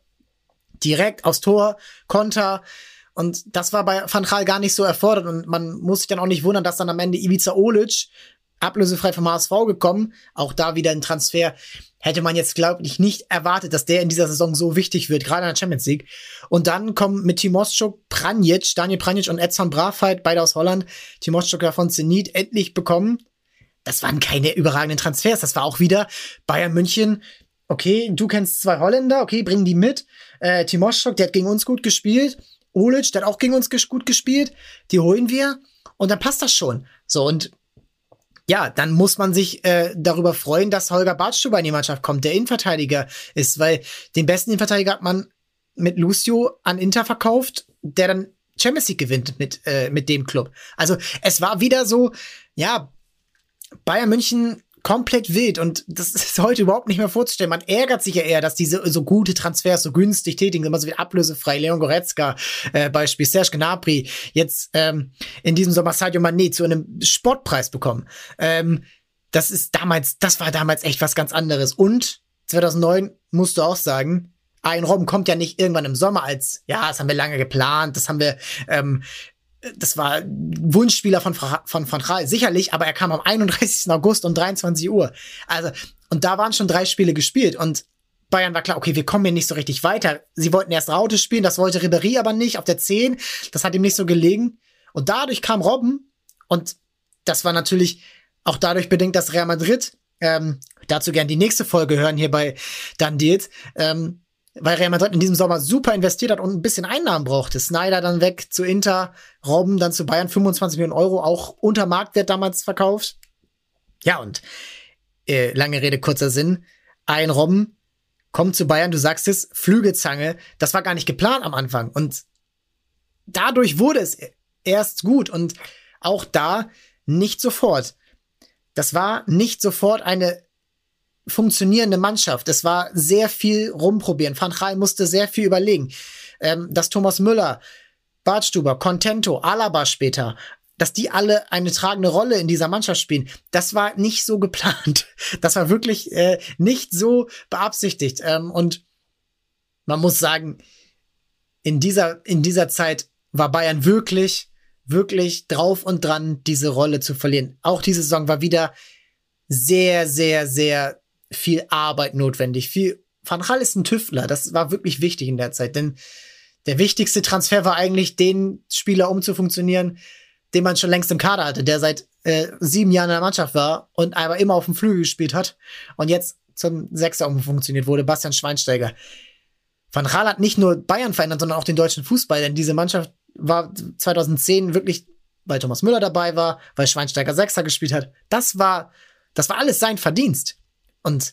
direkt aufs Tor, Konter. Und das war bei Van Gaal gar nicht so erfordert. Und man muss sich dann auch nicht wundern, dass dann am Ende Ivica Olic, ablösefrei vom H S V gekommen, auch da wieder ein Transfer, hätte man jetzt, glaube ich, nicht erwartet, dass der in dieser Saison so wichtig wird, gerade in der Champions League. Und dann kommen mit Timoschuk, Pranjic, Daniel Pranjic und Edson Braafheid, beide aus Holland, Timoschuk ja von Zenit, endlich bekommen. Das waren keine überragenden Transfers. Das war auch wieder Bayern München. Okay, du kennst zwei Holländer, okay, bring die mit. Äh, Timoschuk, der hat gegen uns gut gespielt. Olic, der hat auch gegen uns ges- gut gespielt. Die holen wir. Und dann passt das schon. So, und ja, dann muss man sich äh, darüber freuen, dass Holger Badstuber in die Mannschaft kommt, der Innenverteidiger ist, weil den besten Innenverteidiger hat man mit Lucio an Inter verkauft, der dann Champions League gewinnt mit, äh, mit dem Club. Also es war wieder so, ja, Bayern München komplett wild und das ist heute überhaupt nicht mehr vorzustellen. Man ärgert sich ja eher, dass diese so gute Transfers so günstig tätigen, immer so wie ablösefrei. Leon Goretzka, äh, Beispiel Serge Gnabry, jetzt ähm, in diesem Sommer Sadio Mané zu einem Sportpreis bekommen. Ähm, das ist damals, das war damals echt was ganz anderes. Und zweitausendneun musst du auch sagen, Arjen Robben kommt ja nicht irgendwann im Sommer als, ja, das haben wir lange geplant, das haben wir ähm, das war Wunschspieler von von Van Gaal, sicherlich, aber er kam am einunddreißigsten August um dreiundzwanzig Uhr. Also, und da waren schon drei Spiele gespielt und Bayern war klar, okay, wir kommen hier nicht so richtig weiter. Sie wollten erst Raute spielen, das wollte Ribéry aber nicht, auf der zehn, das hat ihm nicht so gelegen. Und dadurch kam Robben und das war natürlich auch dadurch bedingt, dass Real Madrid, ähm, dazu gern die nächste Folge hören hier bei Dan Deals, ähm, weil Real Madrid in diesem Sommer super investiert hat und ein bisschen Einnahmen brauchte. Sneijder dann weg zu Inter, Robben dann zu Bayern, fünfundzwanzig Millionen Euro, auch unter Marktwert damals verkauft. Ja, und äh, lange Rede, kurzer Sinn. Arjen Robben kommt zu Bayern, du sagst es, Flügelzange. Das war gar nicht geplant am Anfang. Und dadurch wurde es erst gut. Und auch da nicht sofort. Das war nicht sofort eine funktionierende Mannschaft. Es war sehr viel rumprobieren. Van Gaal musste sehr viel überlegen. Ähm, dass Thomas Müller, Badstuber, Contento, Alaba später, dass die alle eine tragende Rolle in dieser Mannschaft spielen, das war nicht so geplant. Das war wirklich äh, nicht so beabsichtigt. Ähm, und man muss sagen, in dieser, in dieser Zeit war Bayern wirklich, wirklich drauf und dran, diese Rolle zu verlieren. Auch diese Saison war wieder sehr, sehr, sehr viel Arbeit notwendig. Viel, Van Gaal ist ein Tüftler. Das war wirklich wichtig in der Zeit, denn der wichtigste Transfer war eigentlich, den Spieler umzufunktionieren, den man schon längst im Kader hatte, der seit äh, sieben Jahren in der Mannschaft war und aber immer auf dem Flügel gespielt hat und jetzt zum Sechser umfunktioniert wurde, Bastian Schweinsteiger. Van Gaal hat nicht nur Bayern verändert, sondern auch den deutschen Fußball, denn diese Mannschaft war zweitausendzehn wirklich, weil Thomas Müller dabei war, weil Schweinsteiger Sechser gespielt hat. Das war, das war alles sein Verdienst. Und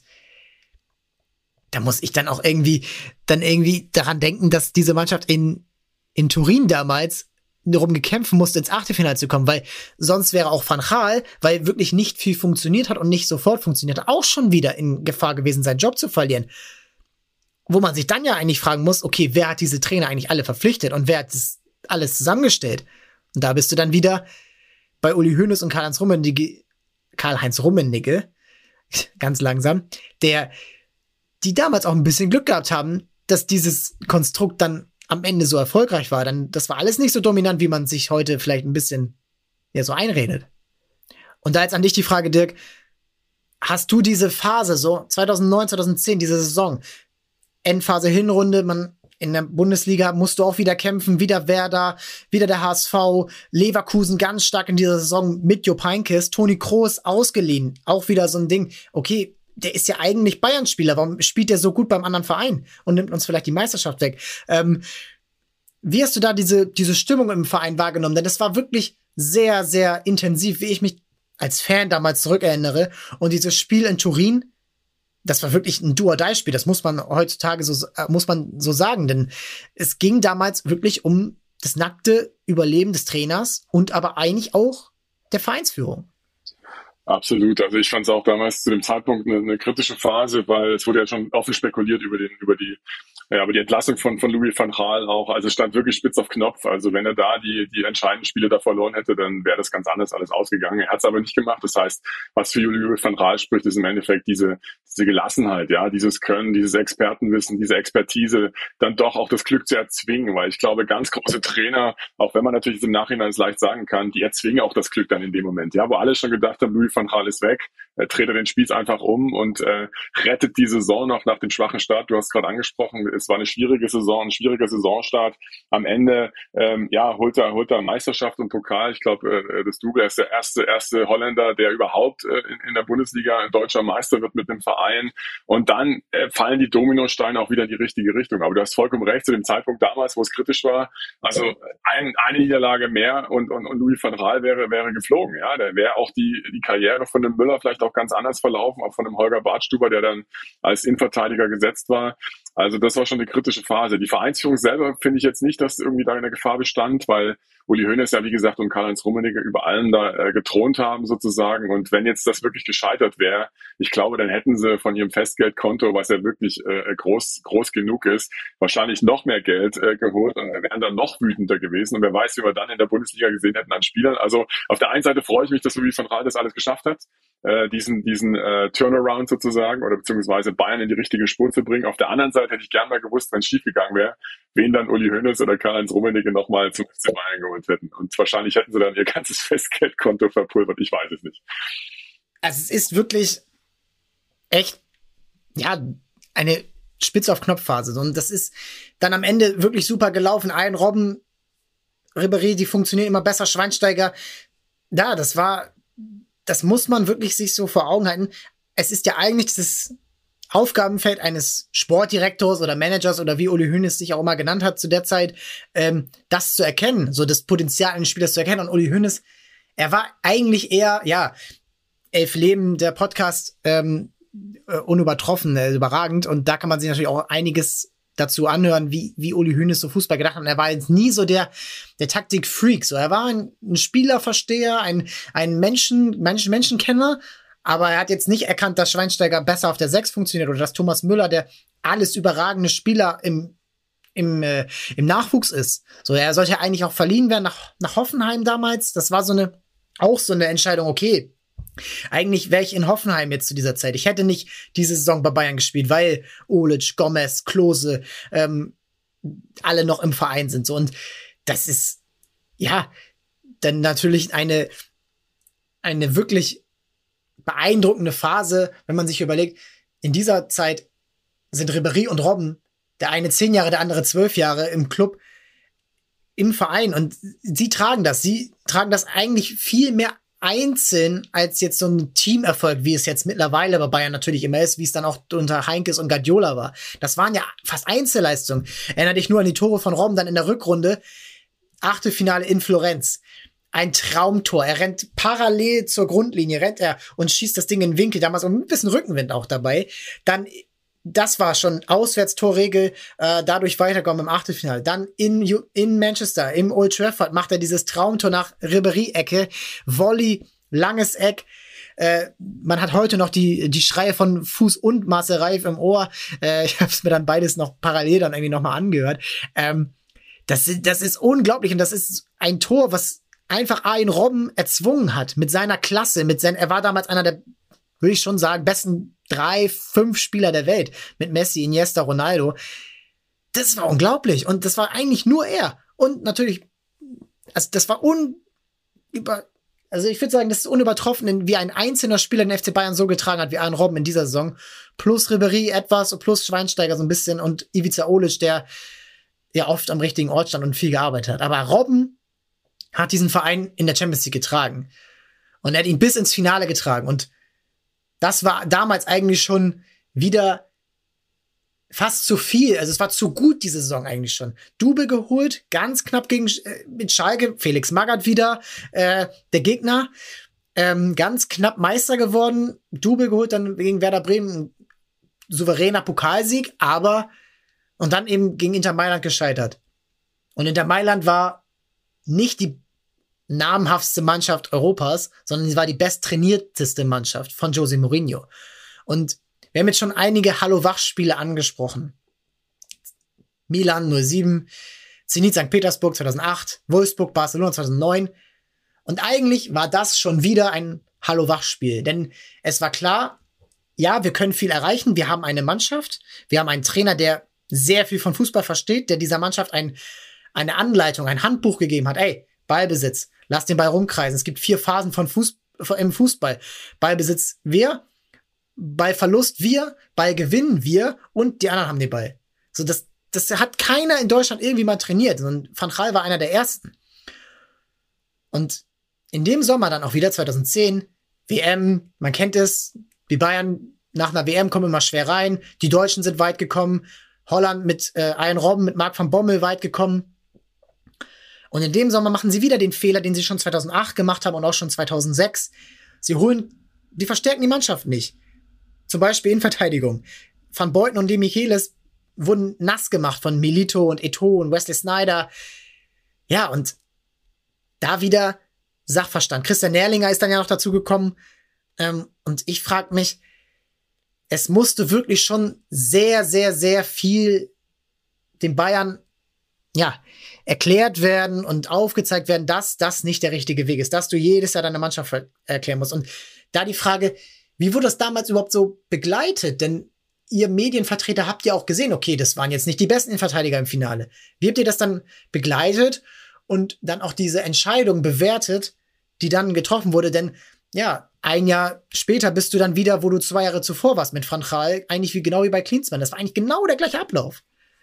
da muss ich dann auch irgendwie, dann irgendwie daran denken, dass diese Mannschaft in, in Turin damals darum gekämpft musste, ins Achtelfinale zu kommen, weil sonst wäre auch Van Gaal, weil wirklich nicht viel funktioniert hat und nicht sofort funktioniert hat, auch schon wieder in Gefahr gewesen, seinen Job zu verlieren. Wo man sich dann ja eigentlich fragen muss, okay, wer hat diese Trainer eigentlich alle verpflichtet und wer hat das alles zusammengestellt? Und da bist du dann wieder bei Uli Hoeneß und Karl-Heinz Rummenigge, Karl-Heinz Rummenigge, ganz langsam, der, die damals auch ein bisschen Glück gehabt haben, dass dieses Konstrukt dann am Ende so erfolgreich war, dann das war alles nicht so dominant, wie man sich heute vielleicht ein bisschen ja so einredet. Und da jetzt an dich die Frage, Dirk, hast du diese Phase so zweitausendneun, zweitausendzehn, diese Saison, Endphase Hinrunde, man in der Bundesliga musst du auch wieder kämpfen, wieder Werder, wieder der H S V, Leverkusen ganz stark in dieser Saison mit Jupp Heynckes, Toni Kroos ausgeliehen, auch wieder so ein Ding, okay, der ist ja eigentlich Bayern-Spieler, warum spielt der so gut beim anderen Verein und nimmt uns vielleicht die Meisterschaft weg? Ähm, wie hast du da diese, diese Stimmung im Verein wahrgenommen? Denn das war wirklich sehr, sehr intensiv, wie ich mich als Fan damals zurückerinnere. Und dieses Spiel in Turin, das war wirklich ein Do-or-Die-Spiel. Das muss man heutzutage so, muss man so sagen. Denn es ging damals wirklich um das nackte Überleben des Trainers und aber eigentlich auch der Vereinsführung. Absolut. Also ich fand es auch damals zu dem Zeitpunkt eine, eine kritische Phase, weil es wurde ja schon offen spekuliert über den, über die, ja, aber die Entlassung von, von Louis van Gaal auch, also es stand wirklich spitz auf Knopf. Also wenn er da die, die entscheidenden Spiele da verloren hätte, dann wäre das ganz anders alles ausgegangen. Er hat es aber nicht gemacht. Das heißt, was für Louis van Gaal spricht, ist im Endeffekt diese, diese Gelassenheit, ja, dieses Können, dieses Expertenwissen, diese Expertise, dann doch auch das Glück zu erzwingen, weil ich glaube, ganz große Trainer, auch wenn man natürlich im Nachhinein es leicht sagen kann, die erzwingen auch das Glück dann in dem Moment, ja, wo alle schon gedacht haben, Louis van Gaal ist weg, er dreht den Spieß einfach um und äh, rettet die Saison noch nach dem schwachen Start. Du hast gerade angesprochen, es war eine schwierige Saison, ein schwieriger Saisonstart. Am Ende, ähm, ja, holt er, holt er Meisterschaft und Pokal. Ich glaube, äh, das Double ist der erste, erste Holländer, der überhaupt äh, in, in der Bundesliga ein deutscher Meister wird mit einem Verein. Und dann äh, fallen die Dominosteine auch wieder in die richtige Richtung. Aber du hast vollkommen recht, zu dem Zeitpunkt damals, wo es kritisch war, also ein, eine Niederlage mehr und, und, und Louis van Gaal wäre, wäre geflogen. Ja, der wäre auch die, die Karriere von dem Müller vielleicht auch ganz anders verlaufen, auch von dem Holger Badstuber, der dann als Innenverteidiger gesetzt war. Also das war schon eine kritische Phase. Die Vereinsführung selber finde ich jetzt nicht, dass irgendwie da eine Gefahr bestand, weil Uli Hoeneß ja, wie gesagt, und Karl-Heinz Rummenigge über allem da äh, gethront haben sozusagen. Und wenn jetzt das wirklich gescheitert wäre, ich glaube, dann hätten sie von ihrem Festgeldkonto, was ja wirklich äh, groß groß genug ist, wahrscheinlich noch mehr Geld äh, geholt und wären dann noch wütender gewesen. Und wer weiß, wie wir dann in der Bundesliga gesehen hätten an Spielern. Also auf der einen Seite freue ich mich, dass Louis van Gaal das alles geschafft hat, äh, diesen diesen äh, Turnaround sozusagen oder beziehungsweise Bayern in die richtige Spur zu bringen. Auf der anderen Seite hätte ich gern mal gewusst, wenn es schief gegangen wäre, wen dann Uli Hoeneß oder Karl-Heinz Rummenigge nochmal zum F C Bayern geholt hätten. Und wahrscheinlich hätten sie dann ihr ganzes Festgeldkonto verpulvert. Ich weiß es nicht. Also es ist wirklich echt, ja, eine Spitz auf Knopfphase. Und das ist dann am Ende wirklich super gelaufen. Ein Robben, Ribéry, die funktionieren immer besser. Schweinsteiger, ja, das war, das muss man wirklich sich so vor Augen halten. Es ist ja eigentlich das Aufgabenfeld eines Sportdirektors oder Managers oder wie Uli Hoeneß sich auch immer genannt hat zu der Zeit, ähm, das zu erkennen, so das Potenzial eines Spielers zu erkennen. Und Uli Hoeneß, er war eigentlich eher, ja, Elf Leben, der Podcast, ähm, äh, unübertroffen, äh, überragend. Und da kann man sich natürlich auch einiges dazu anhören, wie, wie Uli Hoeneß so Fußball gedacht hat. Und er war jetzt nie so der, der Taktik-Freak. So, er war ein, ein Spielerversteher, ein, ein Menschen, Menschen, Menschenkenner. Aber er hat jetzt nicht erkannt, dass Schweinsteiger besser auf der sechs funktioniert oder dass Thomas Müller der alles überragende Spieler im, im, äh, im Nachwuchs ist. So, er sollte eigentlich auch verliehen werden nach, nach Hoffenheim damals. Das war so eine, auch so eine Entscheidung, okay, eigentlich wäre ich in Hoffenheim jetzt zu dieser Zeit. Ich hätte nicht diese Saison bei Bayern gespielt, weil Olic, Gomez, Klose, ähm, alle noch im Verein sind. So, und das ist, ja, dann natürlich eine, eine wirklich beeindruckende Phase, wenn man sich überlegt, in dieser Zeit sind Ribéry und Robben, der eine zehn Jahre, der andere zwölf Jahre im Club, im Verein. Und sie tragen das. Sie tragen das eigentlich viel mehr einzeln als jetzt so ein Teamerfolg, wie es jetzt mittlerweile bei Bayern natürlich immer ist, wie es dann auch unter Heinkes und Guardiola war. Das waren ja fast Einzelleistungen. Erinnere dich nur an die Tore von Robben dann in der Rückrunde. Achtelfinale in Florenz. Ein Traumtor. Er rennt parallel zur Grundlinie, rennt er und schießt das Ding in den Winkel. Damals auch ein bisschen Rückenwind auch dabei. Dann, das war schon Auswärtstorregel, äh, dadurch weiterkommen im Achtelfinale. Dann in, in Manchester, im Old Trafford, macht er dieses Traumtor nach Ribéry-Ecke. Volley, langes Eck. Äh, man hat heute noch die, die Schreie von Fuß und Marcel Reif im Ohr. Äh, ich habe es mir dann beides noch parallel dann irgendwie nochmal angehört. Ähm, das, das ist unglaublich und das ist ein Tor, was einfach Arjen Robben erzwungen hat mit seiner Klasse, mit seinen, er war damals einer der, würde ich schon sagen, besten drei, fünf Spieler der Welt mit Messi, Iniesta, Ronaldo. das war unglaublich. Und das war eigentlich nur er. Und natürlich, also das war unüber, also ich würde sagen, das ist unübertroffen, wie ein einzelner Spieler den F C Bayern so getragen hat, wie Arjen Robben in dieser Saison. Plus Ribéry etwas, plus Schweinsteiger so ein bisschen und Ivica Olic, der ja oft am richtigen Ort stand und viel gearbeitet hat. Aber Robben hat diesen Verein in der Champions League getragen. Und er hat ihn bis ins Finale getragen. Und das war damals eigentlich schon wieder fast zu viel. Also es war zu gut, diese Saison eigentlich schon. Double geholt, ganz knapp gegen äh, mit Schalke. Felix Magath wieder, äh, der Gegner. Ähm, ganz knapp Meister geworden. Double geholt, dann gegen Werder Bremen. Souveräner Pokalsieg, aber und dann eben gegen Inter Mailand gescheitert. Und Inter Mailand war nicht die namhaftste Mannschaft Europas, sondern sie war die besttrainierteste Mannschaft von Jose Mourinho. Und wir haben jetzt schon einige Hallo-Wach-Spiele angesprochen. Milan null sieben, Zenit Sankt Petersburg zweitausendacht, Wolfsburg, Barcelona zweitausendneun. Und eigentlich war das schon wieder ein Hallo-Wach-Spiel. Denn es war klar, ja, wir können viel erreichen. Wir haben eine Mannschaft. Wir haben einen Trainer, der sehr viel von Fußball versteht, der dieser Mannschaft ein, eine Anleitung, ein Handbuch gegeben hat. Ey, Ballbesitz, lass den Ball rumkreisen. Es gibt vier Phasen von Fuß, im Fußball. Ballbesitz wir, Ballverlust wir, Ballgewinn wir und die anderen haben den Ball. So, das, das hat keiner in Deutschland irgendwie mal trainiert. Und Van Gaal war einer der ersten. Und in dem Sommer dann auch wieder zweitausendzehn, W M, man kennt es, die Bayern nach einer W M kommen immer schwer rein. Die Deutschen sind weit gekommen. Holland mit äh, Arjen Robben, mit Marc van Bommel weit gekommen. Und in dem Sommer machen sie wieder den Fehler, den sie schon zweitausendacht gemacht haben und auch schon zweitausendsechs. Sie holen, die verstärken die Mannschaft nicht. Zum Beispiel in Verteidigung. Van Beuten und De Michelis wurden nass gemacht von Milito und Eto'o und Wesley Sneijder. Ja, und da wieder Sachverstand. Christian Nährlinger ist dann ja noch dazu gekommen. Ähm, und ich frage mich, es musste wirklich schon sehr, sehr, sehr viel den Bayern, ja, erklärt werden und aufgezeigt werden, dass das nicht der richtige Weg ist, dass du jedes Jahr deine Mannschaft erklären musst. Und da die Frage, wie wurde das damals überhaupt so begleitet? Denn ihr Medienvertreter habt ja auch gesehen, okay, das waren jetzt nicht die besten Innenverteidiger im Finale. Wie habt ihr das dann begleitet und dann auch diese Entscheidung bewertet, die dann getroffen wurde? Denn ja, ein Jahr später bist du dann wieder, wo du zwei Jahre zuvor warst mit Van Gaal, eigentlich wie genau wie bei Klinsmann. Das war eigentlich genau der gleiche Ablauf.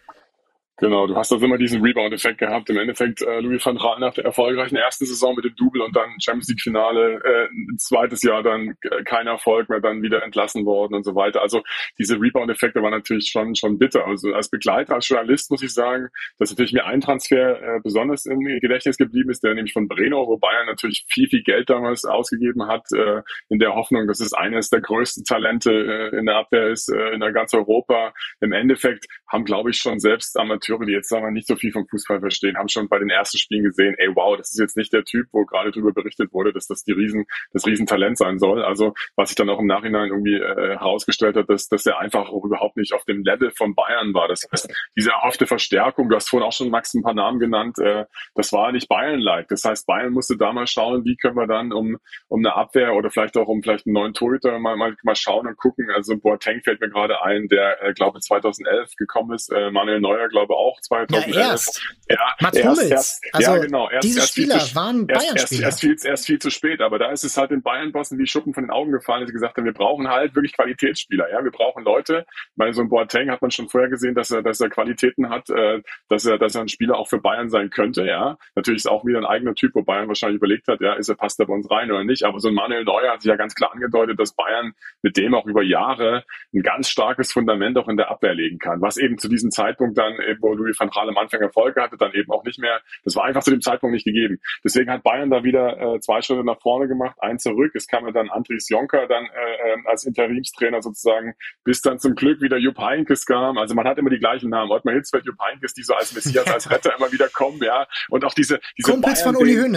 Genau, du hast also immer diesen Rebound-Effekt gehabt. Im Endeffekt äh, Louis van Gaal nach der erfolgreichen ersten Saison mit dem Double und dann Champions League-Finale, äh, ein zweites Jahr dann äh, kein Erfolg mehr, dann wieder entlassen worden und so weiter. Also diese Rebound-Effekte waren natürlich schon schon bitter. Also als Begleiter, als Journalist muss ich sagen, dass natürlich mir ein Transfer äh, besonders im Gedächtnis geblieben ist, der nämlich von Breno, wo Bayern natürlich viel, viel Geld damals ausgegeben hat, äh, in der Hoffnung, dass es eines der größten Talente äh, in der Abwehr ist, äh, in der ganz Europa. Im Endeffekt haben, glaube ich, schon selbst Amateure, die jetzt sagen wir nicht so viel vom Fußball verstehen, haben schon bei den ersten Spielen gesehen, ey wow, das ist jetzt nicht der Typ, wo gerade drüber berichtet wurde, dass das die Riesen, das Riesentalent sein soll. Also was sich dann auch im Nachhinein irgendwie äh, herausgestellt hat, dass, dass er einfach auch überhaupt nicht auf dem Level von Bayern war. Das heißt, diese erhoffte Verstärkung, du hast vorhin auch schon Max ein paar Namen genannt, äh, das war nicht Bayern-like. Das heißt, Bayern musste da mal schauen, wie können wir dann um um eine Abwehr oder vielleicht auch um vielleicht einen neuen Torhüter mal mal, mal schauen und gucken. Also Boateng fällt mir gerade ein, der äh, glaube zweitausendelf gekommen ist, äh, Manuel Neuer glaube auch zweitausendelf. Ja, erst. Ja, Mats erst, Hummels. erst, also ja, genau. Erst, diese erst Spieler zu, waren Bayern-Spieler. Erst, erst, erst, erst viel zu spät, aber da ist es halt den Bayern-Bossen wie Schuppen von den Augen gefallen, dass sie gesagt haben, wir brauchen halt wirklich Qualitätsspieler. Ja, wir brauchen Leute. Ich meine, so ein Boateng hat man schon vorher gesehen, dass er, dass er Qualitäten hat, äh, dass er, dass er ein Spieler auch für Bayern sein könnte. Ja, natürlich ist auch wieder ein eigener Typ, wo Bayern wahrscheinlich überlegt hat, ja, ist er, passt er bei uns rein oder nicht. Aber so ein Manuel Neuer hat sich ja ganz klar angedeutet, dass Bayern mit dem auch über Jahre ein ganz starkes Fundament auch in der Abwehr legen kann, was eben zu diesem Zeitpunkt dann, eben, wo Louis van Gaal am Anfang Erfolge hatte, dann eben auch nicht mehr, das war einfach zu dem Zeitpunkt nicht gegeben. Deswegen hat Bayern da wieder äh, zwei Schritte nach vorne gemacht, ein zurück. Es kam ja dann Andries Jonker dann äh, als Interimstrainer sozusagen, bis dann zum Glück wieder Jupp Heynckes kam. Also man hat immer die gleichen Namen. Ottmar Hitzfeld, Jupp Heynckes, die so als Messias, als Retter immer wieder kommen, ja. Und auch diese, diese Kumpels von Uli Hoeneß.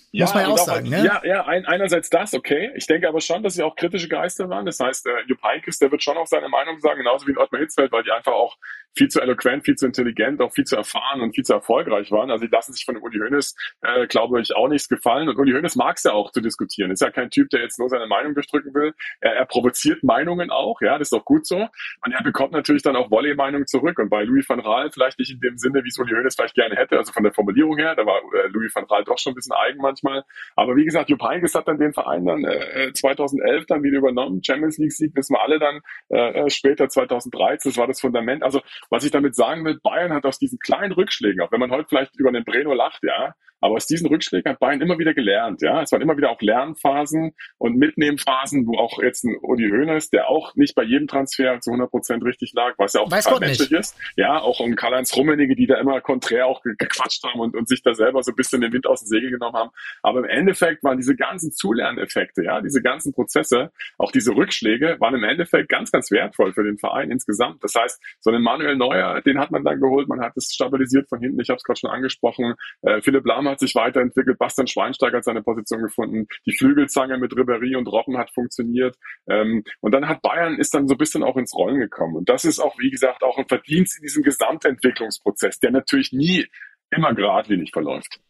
Ja, muss man ja auch und sagen, auch, ne? Ja, ja, ein, einerseits das, okay. Ich denke aber schon, dass sie auch kritische Geister waren. Das heißt, äh, Jupp Heynckes, der wird schon auch seine Meinung sagen, genauso wie in Ottmar Hitzfeld, weil die einfach auch viel zu eloquent, viel zu intelligent, auch viel zu erfahren und viel zu erfolgreich waren. Also die lassen sich von dem Uli Hoeneß, äh, glaube ich, auch nichts gefallen. Und Uli Hoeneß mag es ja auch zu diskutieren. Ist ja kein Typ, der jetzt nur seine Meinung durchdrücken will. Er, er provoziert Meinungen auch, ja, das ist doch gut so. Und er bekommt natürlich dann auch Volley-Meinungen zurück. Und bei Louis van Gaal vielleicht nicht in dem Sinne, wie es Uli Hoeneß vielleicht gerne hätte, also von der Formulierung her, da war äh, Louis van Gaal doch schon ein bisschen eigen manchmal. Aber wie gesagt, Jupp Heynckes hat dann den Verein dann äh, zweitausendelf dann wieder übernommen. Champions League Sieg wissen wir alle dann äh, später zweitausenddreizehn. Das war das Fundament. Also was ich damit sagen will, Bayern hat aus diesen kleinen Rückschlägen, auch wenn man heute vielleicht über den Breno lacht, ja, aber aus diesen Rückschlägen hat Bayern immer wieder gelernt, ja. Es waren immer wieder auch Lernphasen und Mitnehmphasen, wo auch jetzt ein Uli Hoeneß, der auch nicht bei jedem Transfer zu hundert Prozent richtig lag, was ja auch Weiß total Gott menschlich nicht. ist. Ja, auch um Karl-Heinz Rummenigge, die da immer konträr auch ge- gequatscht haben und, und sich da selber so ein bisschen den Wind aus dem Segel genommen haben. Aber im Endeffekt waren diese ganzen Zulerneffekte, ja, diese ganzen Prozesse, auch diese Rückschläge, waren im Endeffekt ganz, ganz wertvoll für den Verein insgesamt. Das heißt, so einen Manuel Neuer, den hat man dann geholt, man hat es stabilisiert von hinten, ich habe es gerade schon angesprochen. Äh, Philipp Lahm hat sich weiterentwickelt, Bastian Schweinsteiger hat seine Position gefunden, die Flügelzange mit Ribéry und Robben hat funktioniert. Ähm, und dann hat Bayern, ist dann so ein bisschen auch ins Rollen gekommen. Und das ist auch, wie gesagt, auch ein Verdienst in diesem Gesamtentwicklungsprozess, der natürlich nie immer geradlinig verläuft.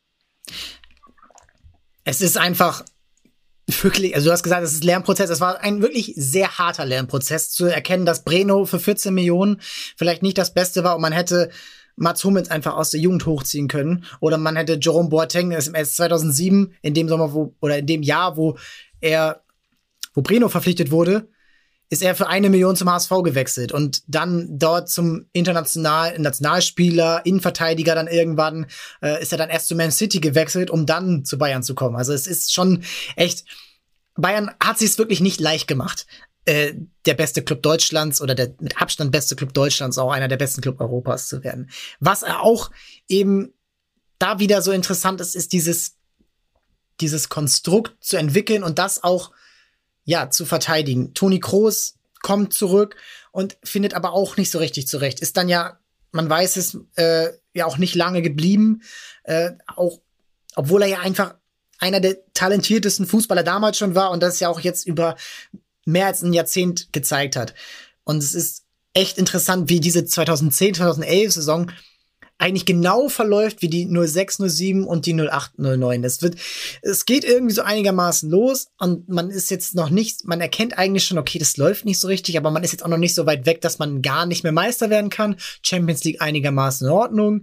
Es ist einfach wirklich, also du hast gesagt, es ist ein Lernprozess. Es war ein wirklich sehr harter Lernprozess, zu erkennen, dass Breno für vierzehn Millionen vielleicht nicht das Beste war und man hätte Mats Hummels einfach aus der Jugend hochziehen können. Oder man hätte Jerome Boateng erst zweitausendsieben, in dem Sommer, wo, oder in dem Jahr, wo er, wo Breno verpflichtet wurde, ist er für eine Million zum H S V gewechselt und dann dort zum international Nationalspieler, Innenverteidiger dann irgendwann, äh, ist er dann erst zu Man City gewechselt, um dann zu Bayern zu kommen. Also es ist schon echt, Bayern hat sich es wirklich nicht leicht gemacht. Äh, der beste Club Deutschlands oder der mit Abstand beste Club Deutschlands, auch einer der besten Club Europas zu werden. Was er auch eben da wieder so interessant ist, ist dieses, dieses Konstrukt zu entwickeln und das auch ja, zu verteidigen. Toni Kroos kommt zurück und findet aber auch nicht so richtig zurecht. Ist dann ja, man weiß es, äh, ja auch nicht lange geblieben. Äh, auch, obwohl er ja einfach einer der talentiertesten Fußballer damals schon war und das ja auch jetzt über mehr als ein Jahrzehnt gezeigt hat. Und es ist echt interessant, wie diese zweitausendzehn, zweitausendelf Saison eigentlich genau verläuft wie die null sechs, null sieben und die null acht, null neun. Es wird, es geht irgendwie so einigermaßen los und man ist jetzt noch nicht, man erkennt eigentlich schon, okay, das läuft nicht so richtig, aber man ist jetzt auch noch nicht so weit weg, dass man gar nicht mehr Meister werden kann. Champions League einigermaßen in Ordnung.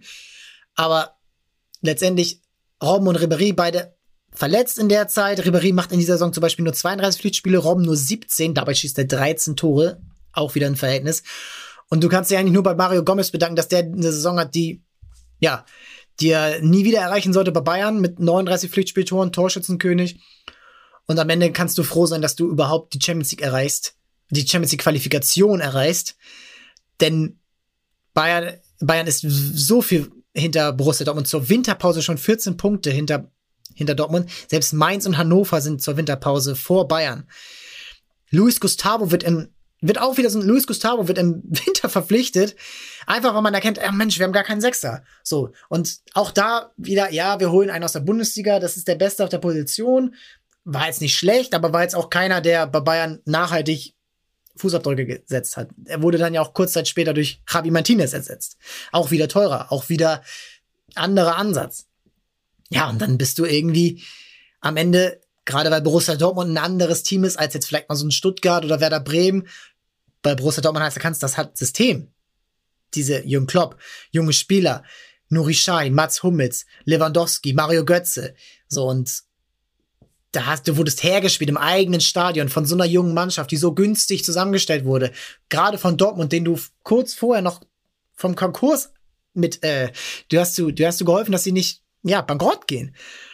Aber letztendlich Robben und Ribéry beide verletzt in der Zeit. Ribéry macht in dieser Saison zum Beispiel nur zweiunddreißig Pflichtspiele, Robben nur siebzehn, dabei schießt er dreizehn Tore. Auch wieder ein Verhältnis. Und du kannst dich eigentlich nur bei Mario Gomez bedanken, dass der eine Saison hat, die ja, die er nie wieder erreichen sollte bei Bayern mit neununddreißig Pflichtspieltoren, Torschützenkönig. Und am Ende kannst du froh sein, dass du überhaupt die Champions League erreichst, die Champions League Qualifikation erreichst. Denn Bayern, Bayern ist so viel hinter Borussia Dortmund, zur Winterpause schon vierzehn Punkte hinter, hinter Dortmund. Selbst Mainz und Hannover sind zur Winterpause vor Bayern. Luis Gustavo wird im Wird auch wieder so ein Luis Gustavo wird im Winter verpflichtet, einfach weil man erkennt, ey Mensch, wir haben gar keinen Sechser. So. Und auch da wieder, ja, wir holen einen aus der Bundesliga, das ist der Beste auf der Position. War jetzt nicht schlecht, aber war jetzt auch keiner, der bei Bayern nachhaltig Fußabdrücke gesetzt hat. Er wurde dann ja auch kurz Zeit später durch Javi Martinez ersetzt. Auch wieder teurer, auch wieder anderer Ansatz. Ja, und dann bist du irgendwie am Ende, gerade weil Borussia Dortmund ein anderes Team ist, als jetzt vielleicht mal so ein Stuttgart oder Werder Bremen. Bei Borussia Dortmund heißt, du kannst, das hat System. Diese Jürgen Klopp, junge Spieler, Nuri Sahin, Mats Hummels, Lewandowski, Mario Götze. So, und da hast, du wurdest hergespielt im eigenen Stadion von so einer jungen Mannschaft, die so günstig zusammengestellt wurde. Gerade von Dortmund, den du kurz vorher noch vom Konkurs mit, äh, du hast du, du hast du geholfen, dass sie nicht, ja, bankrott gehen.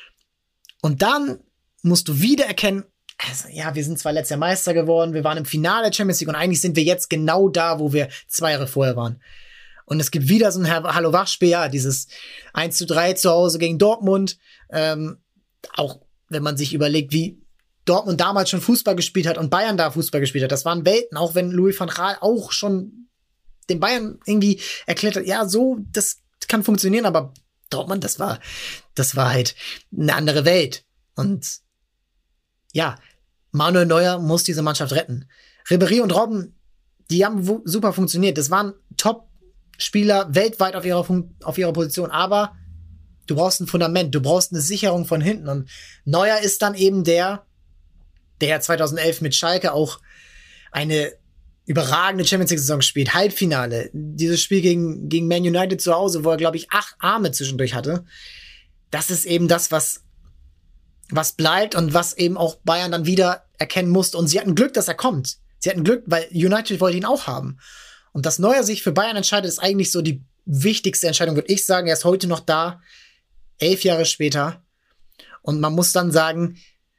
Und dann musst du wieder erkennen, also, ja, wir sind zwar letztes Jahr Meister geworden, wir waren im Finale der Champions League und eigentlich sind wir jetzt genau da, wo wir zwei Jahre vorher waren. Und es gibt wieder so ein Hallo-Wach-Spiel, ja, dieses eins zu drei zu Hause gegen Dortmund. Ähm, auch wenn man sich überlegt, wie Dortmund damals schon Fußball gespielt hat und Bayern da Fußball gespielt hat. Das waren Welten, auch wenn Louis van Gaal auch schon den Bayern irgendwie erklärt hat, ja, so, das kann funktionieren, aber Dortmund, das war, das war halt eine andere Welt. Und ja, Manuel Neuer muss diese Mannschaft retten. Ribéry und Robben, die haben w- super funktioniert. Das waren Top-Spieler weltweit auf ihrer, Fun- auf ihrer Position. Aber du brauchst ein Fundament, du brauchst eine Sicherung von hinten. Und Neuer ist dann eben der, der zweitausendelf mit Schalke auch eine überragende Champions-League-Saison spielt. Halbfinale. Dieses Spiel gegen, gegen Man United zu Hause, wo er, glaube ich, acht Arme zwischendurch hatte. Das ist eben das, was, was bleibt und was eben auch Bayern dann wieder erkennen musste. Und sie hatten Glück, dass er kommt. Sie hatten Glück, weil United wollte ihn auch haben. Und dass Neuer sich für Bayern entscheidet, ist eigentlich so die wichtigste Entscheidung, würde ich sagen. Er ist heute noch da, elf Jahre später. Und man muss dann sagen,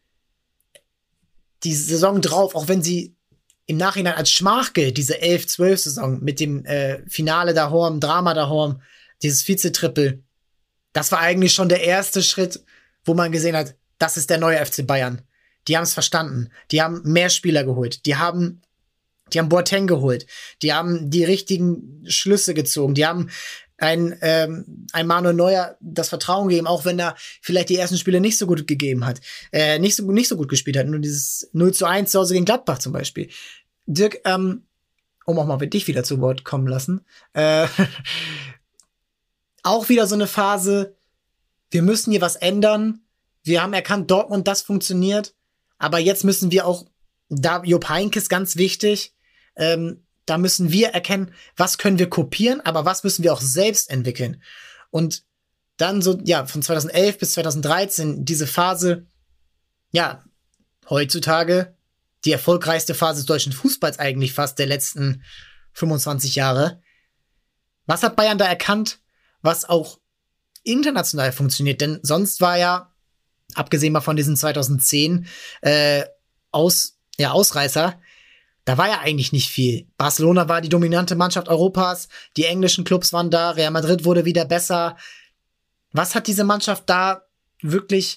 die Saison drauf, auch wenn sie im Nachhinein als Schmach gilt, diese elf zwölf Saison mit dem äh, Finale daheim, Drama daheim, dieses Vize-Triple, das war eigentlich schon der erste Schritt, wo man gesehen hat, das ist der neue F C Bayern. Die haben es verstanden. Die haben mehr Spieler geholt. Die haben, die haben Boateng geholt. Die haben die richtigen Schlüsse gezogen. Die haben ein, ähm, ein Manuel Neuer das Vertrauen gegeben, auch wenn er vielleicht die ersten Spiele nicht so gut gegeben hat, äh, nicht so, nicht so gut gespielt hat. Nur dieses null zu eins zu Hause gegen Gladbach zum Beispiel. Dirk, ähm, um auch mal mit dich wieder zu Wort kommen lassen, äh, auch wieder so eine Phase, wir müssen hier was ändern. Wir haben erkannt, Dortmund, das funktioniert. Aber jetzt müssen wir auch, da Jupp Heynckes ganz wichtig, ähm, da müssen wir erkennen, was können wir kopieren, aber was müssen wir auch selbst entwickeln. Und dann so, ja, von zweitausendelf bis zweitausenddreizehn, diese Phase, ja, heutzutage die erfolgreichste Phase des deutschen Fußballs eigentlich fast der letzten fünfundzwanzig Jahre. Was hat Bayern da erkannt, was auch international funktioniert? Denn sonst war ja, abgesehen mal von diesen zweitausendzehn äh, Aus, ja, Ausreißer, da war ja eigentlich nicht viel. Barcelona war die dominante Mannschaft Europas, die englischen Clubs waren da, Real Madrid wurde wieder besser. Was hat diese Mannschaft da wirklich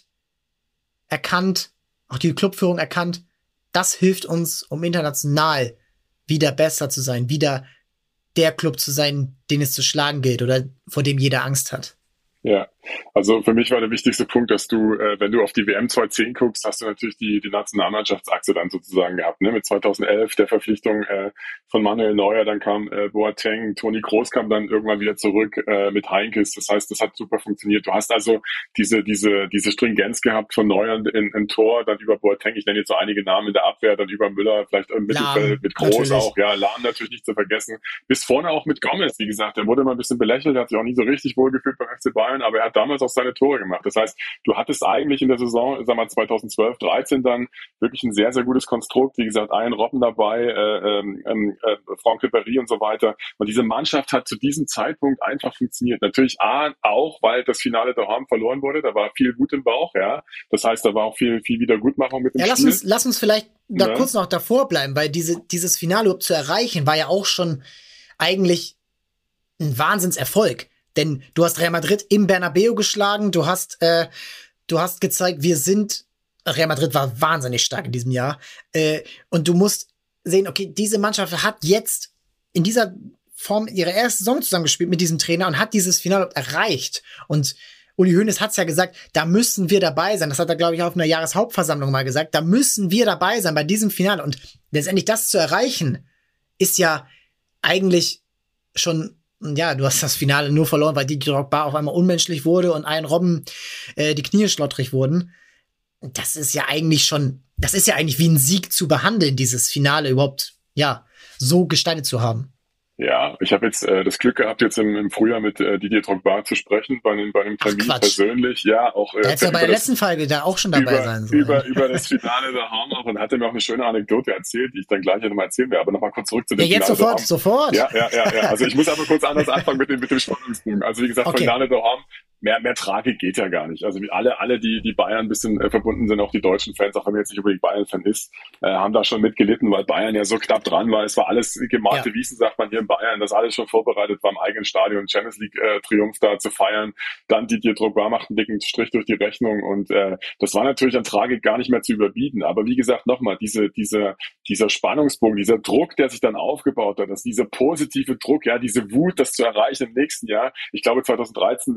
erkannt, auch die Clubführung erkannt? Das hilft uns, um international wieder besser zu sein, wieder der Club zu sein, den es zu schlagen gilt oder vor dem jeder Angst hat. Ja, also für mich war der wichtigste Punkt, dass du, äh, wenn du auf die W M zweitausendzehn guckst, hast du natürlich die, die Nationalmannschaftsachse dann sozusagen gehabt, ne? Mit zweitausendelf der Verpflichtung äh, von Manuel Neuer, dann kam äh, Boateng, Toni Kroos kam dann irgendwann wieder zurück äh, mit Heynckes. Das heißt, das hat super funktioniert. Du hast also diese diese diese Stringenz gehabt von Neuer in, in Tor, dann über Boateng, ich nenne jetzt so einige Namen in der Abwehr, dann über Müller, vielleicht im Mittelfeld Lahm, mit Kroos natürlich. auch, ja, Lahm natürlich nicht zu vergessen. Bis vorne auch mit Gomez, wie gesagt, der wurde immer ein bisschen belächelt, hat sich auch nie so richtig wohlgefühlt beim F C Bayern, aber er hat damals auch seine Tore gemacht. Das heißt, du hattest eigentlich in der Saison, sag mal zweitausendzwölf, dreizehn dann wirklich ein sehr, sehr gutes Konstrukt. Wie gesagt, Ian Robben dabei, äh, ähm, äh, Franck Ribéry und so weiter. Und diese Mannschaft hat zu diesem Zeitpunkt einfach funktioniert. Natürlich A, auch, weil das Finale daheim verloren wurde. Da war viel Gut im Bauch, ja. Das heißt, da war auch viel, viel Wiedergutmachung mit dem Ja, lass Spiel. uns, lass uns vielleicht da Ja. kurz noch davor bleiben, weil diese, dieses Finale überhaupt zu erreichen, war ja auch schon eigentlich ein Wahnsinnserfolg. Denn du hast Real Madrid im Bernabeu geschlagen, du hast, äh, du hast gezeigt, wir sind, Real Madrid war wahnsinnig stark in diesem Jahr, äh, und du musst sehen, okay, diese Mannschaft hat jetzt in dieser Form ihre erste Saison zusammengespielt mit diesem Trainer und hat dieses Finale erreicht. Und Uli Hoeneß hat's ja gesagt, da müssen wir dabei sein. Das hat er, glaube ich, auf einer Jahreshauptversammlung mal gesagt. Da müssen wir dabei sein bei diesem Finale. Und letztendlich das zu erreichen, ist ja eigentlich schon, ja, du hast das Finale nur verloren, weil Didier Drogba auf einmal unmenschlich wurde und Ian Robben äh, die Knie schlottrig wurden. Das ist ja eigentlich schon, das ist ja eigentlich wie ein Sieg zu behandeln, dieses Finale überhaupt, ja, so gestaltet zu haben. Ja, ich habe jetzt äh, das Glück gehabt, jetzt im, im Frühjahr mit äh, Didier Drogba zu sprechen, bei einem, bei einem Termin Quatsch. persönlich. Ja, auch äh, Da hättest du ja bei der das- letzten Folge da auch schon dabei über, sein sollen. über, über das Finale daheim auch und hat er mir auch eine schöne Anekdote erzählt, die ich dann gleich nochmal erzählen werde. Aber nochmal kurz zurück zu dem ja, jetzt Finale sofort, daheim. sofort. Ja, ja, ja, ja. Also ich muss aber kurz anders anfangen mit dem, mit dem Spannungsbogen. Also wie gesagt, Okay. Finale daheim, mehr, mehr Tragik geht ja gar nicht. Also wie alle, alle, die, die Bayern ein bisschen äh, verbunden sind, auch die deutschen Fans, auch wenn man jetzt nicht unbedingt Bayern-Fan ist, äh, haben da schon mitgelitten, weil Bayern ja so knapp dran war. Es war alles gemalte Ja. Wiesen, sagt man hier in Bayern, das alles schon vorbereitet war, im eigenen Stadion Champions League äh, Triumph da zu feiern. Dann Didier Drogba macht einen dicken Strich durch die Rechnung und äh, das war natürlich an Tragik gar nicht mehr zu überbieten. Aber wie gesagt, nochmal, diese, diese, dieser Spannungsbogen, dieser Druck, der sich dann aufgebaut hat, dass dieser positive Druck, ja, diese Wut, das zu erreichen im nächsten Jahr. Ich glaube, zweitausenddreizehn wäre Bayern vielleicht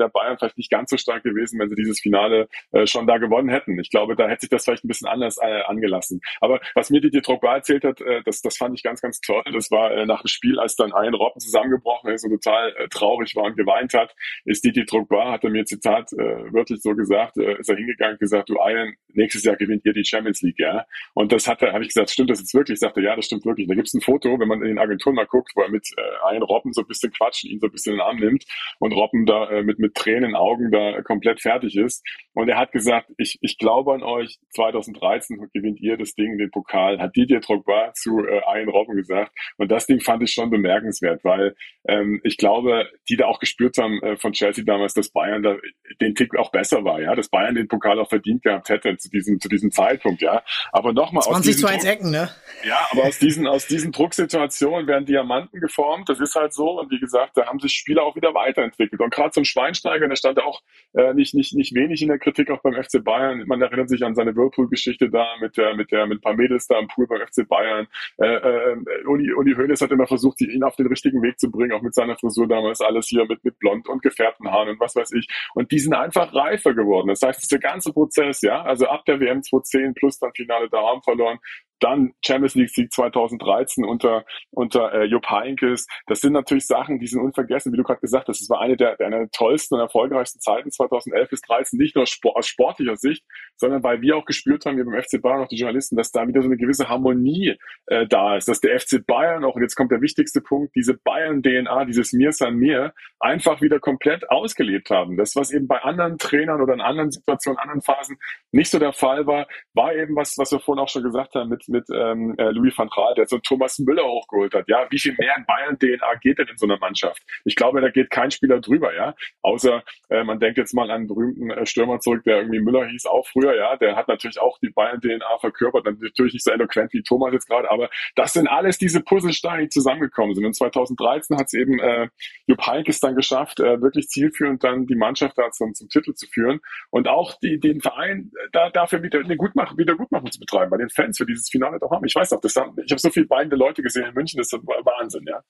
vielleicht nicht ganz so stark gewesen, wenn sie dieses Finale äh, schon da gewonnen hätten. Ich glaube, da hätte sich das vielleicht ein bisschen anders äh, angelassen. Aber was mir Didier Drogba erzählt hat, äh, das, das fand ich ganz, ganz toll. Das war äh, nach dem Spiel, als dann Arjen Robben zusammengebrochen ist und total äh, traurig war und geweint hat, ist Didier Drogba, hat er mir Zitat äh, wörtlich so gesagt, äh, ist er hingegangen und gesagt, du Arjen, nächstes Jahr gewinnt ihr die Champions League, ja. Und das hat er, habe ich gesagt, stimmt das jetzt wirklich? Ich sagte, ja, das stimmt wirklich. Da gibt es ein Foto, wenn man in den Agenturen mal guckt, wo er mit äh, Arjen Robben so ein bisschen quatscht, ihn so ein bisschen in den Arm nimmt und Robben da äh, mit, mit Tränen in den Augen da komplett fertig ist. Und er hat gesagt, ich, ich glaube an euch, zweitausenddreizehn gewinnt ihr das Ding, den Pokal, hat Didier Drogba zu äh, Arjen Robben gesagt. Und das Ding fand ich schon bemerkenswert, weil ähm, ich glaube, die da auch gespürt haben äh, von Chelsea damals, dass Bayern da den Tick auch besser war, ja, dass Bayern den Pokal auch verdient gehabt hätte zu diesem, zu diesem Zeitpunkt, ja. Aber nochmal aus zwanzig zu eins Ecken, ne? Ja, aber aus diesen, aus diesen Drucksituationen werden Diamanten geformt. Das ist halt so. Und wie gesagt, da haben sich Spieler auch wieder weiterentwickelt. Und gerade zum Schweinsteiger, der stand auch äh, nicht, nicht, nicht wenig in der Kritik auch beim F C Bayern. Man erinnert sich an seine Whirlpool-Geschichte da mit der, mit der, mit ein paar Mädels da im Pool beim F C Bayern. Äh, äh, Uli, Uli Hoeneß hat immer versucht, ihn auf den richtigen Weg zu bringen, auch mit seiner Frisur damals, alles hier mit, mit blond und gefärbten Haaren und was weiß ich. Und die sind einfach reifer geworden. Das heißt, der ganze Prozess, ja, also ab der W M zweitausendzehn plus dann Finale daheim verloren, dann Champions League Sieg zweitausenddreizehn unter unter äh, Jupp Heynckes. Das sind natürlich Sachen, die sind unvergessen, wie du gerade gesagt hast. Das war eine der, der, einer der tollsten und erfolgreichsten Zeiten zweitausendelf bis dreizehn, nicht nur Sport, aus sportlicher Sicht, sondern weil wir auch gespürt haben, wir beim F C Bayern, auch die Journalisten, dass da wieder so eine gewisse Harmonie äh, da ist, dass der F C Bayern auch, und jetzt kommt der wichtigste Punkt, diese Bayern-D N A, dieses Mir san mir, einfach wieder komplett ausgelebt haben. Das, was eben bei anderen Trainern oder in anderen Situationen, anderen Phasen nicht so der Fall war, war eben was, was wir vorhin auch schon gesagt haben mit mit ähm, Louis van Gaal, der so Thomas Müller hochgeholt hat. Ja, wie viel mehr Bayern-D N A geht denn in so einer Mannschaft? Ich glaube, da geht kein Spieler drüber, ja. Außer äh, man denkt jetzt mal an einen berühmten äh, Stürmer zurück, der irgendwie Müller hieß, auch früher, ja. Der hat natürlich auch die Bayern-D N A verkörpert, natürlich nicht so eloquent wie Thomas jetzt gerade, aber das sind alles diese Puzzlesteine, die zusammengekommen sind. Und zweitausenddreizehn hat es eben äh, Jupp Heynckes dann geschafft, äh, wirklich zielführend dann die Mannschaft da zum, zum Titel zu führen und auch die, den Verein da, dafür wieder eine Gutmach, Wiedergutmachung zu betreiben bei den Fans für dieses Finale doch haben. Ich weiß auch, das haben, ich habe so viele weinende Leute gesehen in München, das ist Wahnsinn, ja.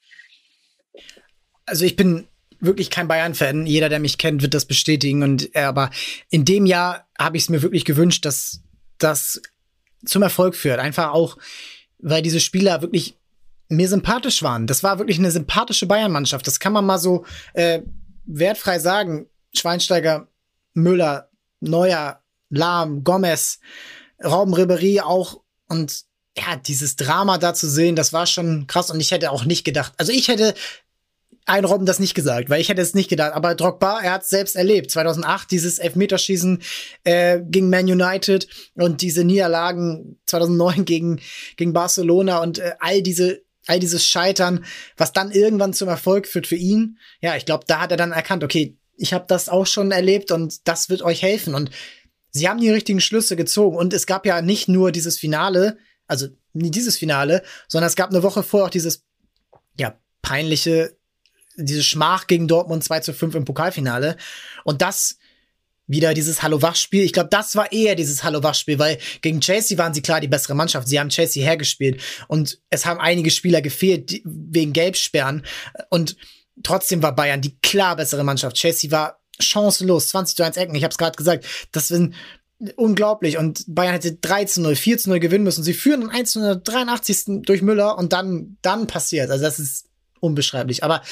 Also ich bin wirklich kein Bayern-Fan. Jeder, der mich kennt, wird das bestätigen. Und äh, aber in dem Jahr habe ich es mir wirklich gewünscht, dass das zum Erfolg führt. Einfach auch, weil diese Spieler wirklich mir sympathisch waren. Das war wirklich eine sympathische Bayern-Mannschaft. Das kann man mal so äh, wertfrei sagen. Schweinsteiger, Müller, Neuer, Lahm, Gomez, Robben, Ribéry auch. Und ja, dieses Drama da zu sehen, das war schon krass. Und ich hätte auch nicht gedacht, also ich hätte Arjen Robben das nicht gesagt, weil ich hätte es nicht gedacht. Aber Drogba, er hat es selbst erlebt. zweitausendacht, dieses Elfmeterschießen äh, gegen Man United und diese Niederlagen zweitausendneun gegen, gegen Barcelona und äh, all diese all dieses Scheitern, was dann irgendwann zum Erfolg führt für ihn. Ja, ich glaube, da hat er dann erkannt, okay, ich habe das auch schon erlebt und das wird euch helfen. Und sie haben die richtigen Schlüsse gezogen. Und es gab ja nicht nur dieses Finale, also nie dieses Finale, sondern es gab eine Woche vorher auch dieses, ja, peinliche, diese Schmach gegen Dortmund zwei zu fünf im Pokalfinale. Und das wieder dieses Hallo-Wach-Spiel. Ich glaube, das war eher dieses Hallo-Wach-Spiel, weil gegen Chelsea waren sie klar die bessere Mannschaft. Sie haben Chelsea hergespielt. Und es haben einige Spieler gefehlt, die, wegen Gelbsperren. Und trotzdem war Bayern die klar bessere Mannschaft. Chelsea war chancenlos, zwanzig zu eins Ecken. Ich habe es gerade gesagt, das sind unglaublich. Und Bayern hätte drei zu null, vier zu null gewinnen müssen. Sie führen in eins zu dreiundachtzigsten durch Müller und dann, dann passiert. Also das ist unbeschreiblich. Aber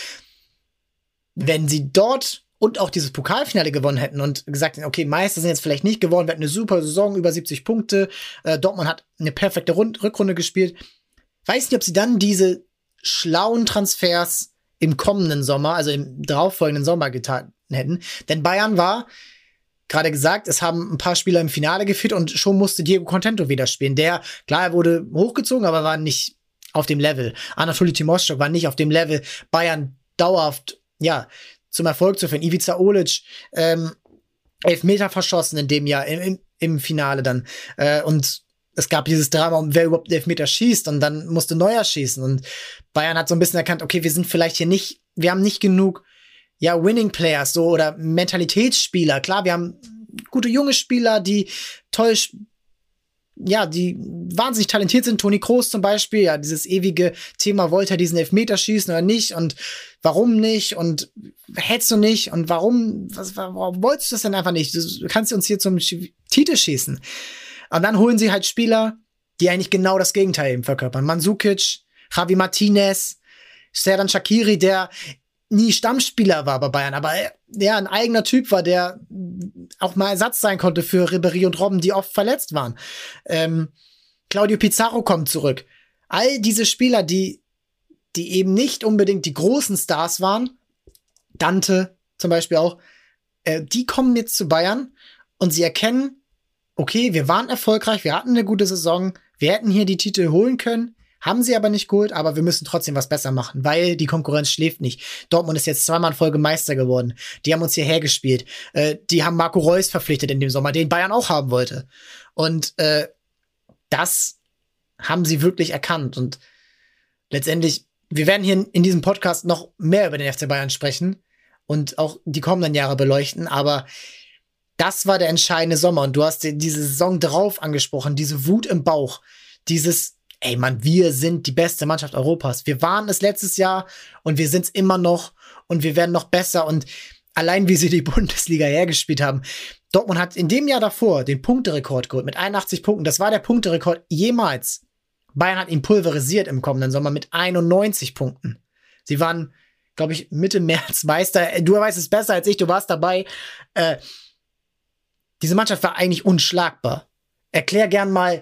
wenn sie dort und auch dieses Pokalfinale gewonnen hätten und gesagt hätten, okay, Meister sind jetzt vielleicht nicht gewonnen, wir hatten eine super Saison, über siebzig Punkte, äh, Dortmund hat eine perfekte Rund- Rückrunde gespielt. Weiß nicht, ob sie dann diese schlauen Transfers im kommenden Sommer, also im darauffolgenden Sommer getan hätten. Denn Bayern war, gerade gesagt, es haben ein paar Spieler im Finale gefehlt und schon musste Diego Contento wieder spielen. Der, klar, er wurde hochgezogen, aber war nicht auf dem Level. Anatoli Timoschuk war nicht auf dem Level, Bayern dauerhaft, ja, zum Erfolg zu führen. Ivica Olic, ähm, Elfmeter verschossen in dem Jahr, im, im Finale dann. Äh, und es gab dieses Drama, um wer überhaupt Elfmeter schießt und dann musste Neuer schießen. Und Bayern hat so ein bisschen erkannt, okay, wir sind vielleicht hier nicht, wir haben nicht genug, ja, Winning Players, so, oder Mentalitätsspieler. Klar, wir haben gute junge Spieler, die toll ja, die wahnsinnig talentiert sind. Toni Kroos zum Beispiel, ja, dieses ewige Thema, wollte er diesen Elfmeter schießen oder nicht und warum nicht und hättest du nicht und warum, was, warum wolltest du das denn einfach nicht? Du kannst uns hier zum Titel schießen. Und dann holen sie halt Spieler, die eigentlich genau das Gegenteil eben verkörpern. Mandzukic, Javi Martinez, Xherdan Shaqiri, der nie Stammspieler war bei Bayern, aber der ein eigener Typ war, der auch mal Ersatz sein konnte für Ribéry und Robben, die oft verletzt waren. Ähm, Claudio Pizarro kommt zurück. All diese Spieler, die, die eben nicht unbedingt die großen Stars waren, Dante zum Beispiel auch, äh, die kommen jetzt zu Bayern und sie erkennen, okay, wir waren erfolgreich, wir hatten eine gute Saison, wir hätten hier die Titel holen können, haben sie aber nicht geholt, aber wir müssen trotzdem was besser machen, weil die Konkurrenz schläft nicht. Dortmund ist jetzt zweimal in Folge Meister geworden. Die haben uns hierher gespielt. Äh, die haben Marco Reus verpflichtet in dem Sommer, den Bayern auch haben wollte. Und äh, das haben sie wirklich erkannt. Und letztendlich, wir werden hier in diesem Podcast noch mehr über den F C Bayern sprechen und auch die kommenden Jahre beleuchten, aber das war der entscheidende Sommer. Und du hast diese Saison drauf angesprochen, diese Wut im Bauch, dieses ey Mann, wir sind die beste Mannschaft Europas. Wir waren es letztes Jahr und wir sind es immer noch und wir werden noch besser. Und allein wie sie die Bundesliga hergespielt haben. Dortmund hat in dem Jahr davor den Punkterekord geholt mit einundachtzig Punkten. Das war der Punkterekord jemals. Bayern hat ihn pulverisiert im kommenden Sommer mit einundneunzig Punkten. Sie waren, glaube ich, Mitte März Meister. Du weißt es besser als ich, du warst dabei. Äh, diese Mannschaft war eigentlich unschlagbar. Erklär gern mal,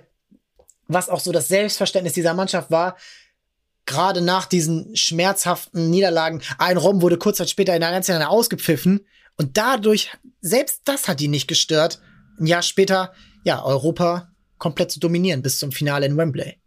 was auch so das Selbstverständnis dieser Mannschaft war, gerade nach diesen schmerzhaften Niederlagen. Ein Robben wurde kurz Zeit später in der ganzen Jahr ausgepfiffen und dadurch, selbst das hat ihn nicht gestört, ein Jahr später, ja, Europa komplett zu dominieren bis zum Finale in Wembley.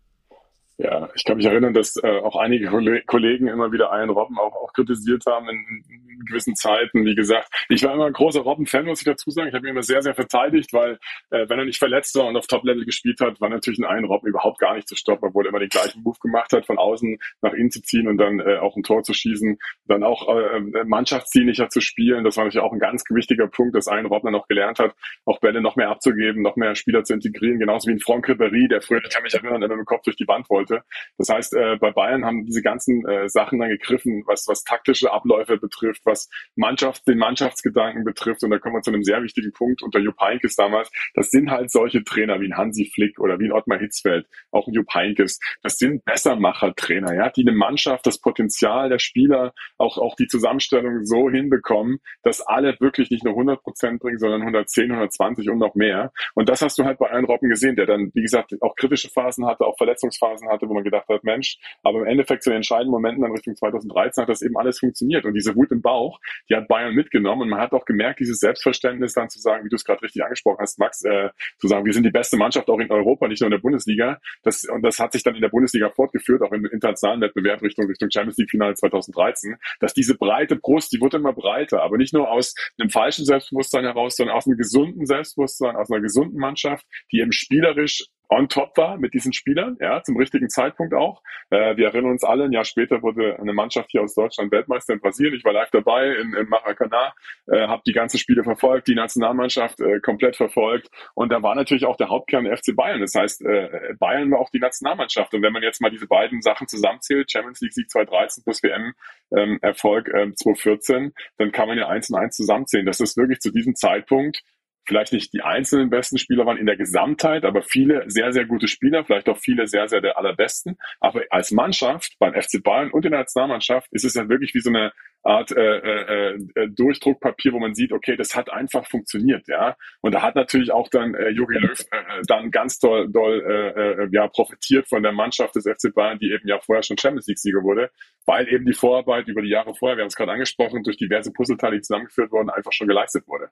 Ja, ich kann mich erinnern, dass äh, auch einige Kollegen immer wieder einen Robben auch, auch kritisiert haben in, in gewissen Zeiten. Wie gesagt, ich war immer ein großer Robben-Fan, muss ich dazu sagen. Ich habe ihn immer sehr, sehr verteidigt, weil äh, wenn er nicht verletzt war und auf Top-Level gespielt hat, war natürlich ein einen Robben überhaupt gar nicht zu stoppen, obwohl er immer den gleichen Move gemacht hat, von außen nach innen zu ziehen und dann äh, auch ein Tor zu schießen, dann auch äh, mannschaftsdienlicher zu spielen. Das war natürlich auch ein ganz wichtiger Punkt, dass ein Robben noch gelernt hat, auch Bälle noch mehr abzugeben, noch mehr Spieler zu integrieren, genauso wie ein Franck Ribéry, der früher, ich kann mich erinnern, der mit dem Kopf durch die Wand wollte. Das heißt, äh, bei Bayern haben diese ganzen äh, Sachen dann gegriffen, was was taktische Abläufe betrifft, was Mannschaft, den Mannschaftsgedanken betrifft. Und da kommen wir zu einem sehr wichtigen Punkt unter Jupp Heynckes damals. Das sind halt solche Trainer wie ein Hansi Flick oder wie ein Ottmar Hitzfeld, auch ein Jupp Heynckes. Das sind Bessermacher-Trainer, ja, die eine Mannschaft, das Potenzial der Spieler, auch auch die Zusammenstellung so hinbekommen, dass alle wirklich nicht nur hundert Prozent bringen, sondern hundertzehn, hundertzwanzig und noch mehr. Und das hast du halt bei Arjen Robben gesehen, der dann, wie gesagt, auch kritische Phasen hatte, auch Verletzungsphasen hatte, wo man gedacht hat, Mensch, aber im Endeffekt zu den entscheidenden Momenten dann Richtung zweitausenddreizehn hat das eben alles funktioniert. Und diese Wut im Bauch, die hat Bayern mitgenommen und man hat auch gemerkt, dieses Selbstverständnis dann zu sagen, wie du es gerade richtig angesprochen hast, Max, äh, zu sagen, wir sind die beste Mannschaft auch in Europa, nicht nur in der Bundesliga. Das, und das hat sich dann in der Bundesliga fortgeführt, auch im internationalen Wettbewerb Richtung, Richtung Champions League Finale zweitausenddreizehn, dass diese breite Brust, die wurde immer breiter, aber nicht nur aus einem falschen Selbstbewusstsein heraus, sondern aus einem gesunden Selbstbewusstsein, aus einer gesunden Mannschaft, die eben spielerisch on top war mit diesen Spielern, ja, zum richtigen Zeitpunkt auch. Äh, wir erinnern uns alle, ein Jahr später wurde eine Mannschaft hier aus Deutschland Weltmeister in Brasilien. Ich war live dabei in, in Maracanã, äh, habe die ganzen Spiele verfolgt, die Nationalmannschaft äh, komplett verfolgt. Und da war natürlich auch der Hauptkern der F C Bayern. Das heißt, äh, Bayern war auch die Nationalmannschaft. Und wenn man jetzt mal diese beiden Sachen zusammenzählt, Champions League Sieg zweitausenddreizehn plus W M-Erfolg ähm, zweitausendvierzehn, dann kann man ja eins und eins zusammenzählen. Das ist wirklich zu diesem Zeitpunkt vielleicht nicht die einzelnen besten Spieler waren in der Gesamtheit, aber viele sehr, sehr gute Spieler, vielleicht auch viele sehr, sehr der allerbesten. Aber als Mannschaft beim F C Bayern und in der Nationalmannschaft ist es ja wirklich wie so eine Art äh, äh, Durchdruckpapier, wo man sieht, okay, das hat einfach funktioniert, ja. Und da hat natürlich auch dann äh, Jogi Löw äh, dann ganz doll, doll äh, äh, ja, profitiert von der Mannschaft des F C Bayern, die eben ja vorher schon Champions League-Sieger wurde, weil eben die Vorarbeit über die Jahre vorher, wir haben es gerade angesprochen, durch diverse Puzzleteile, die zusammengeführt wurden, einfach schon geleistet wurde.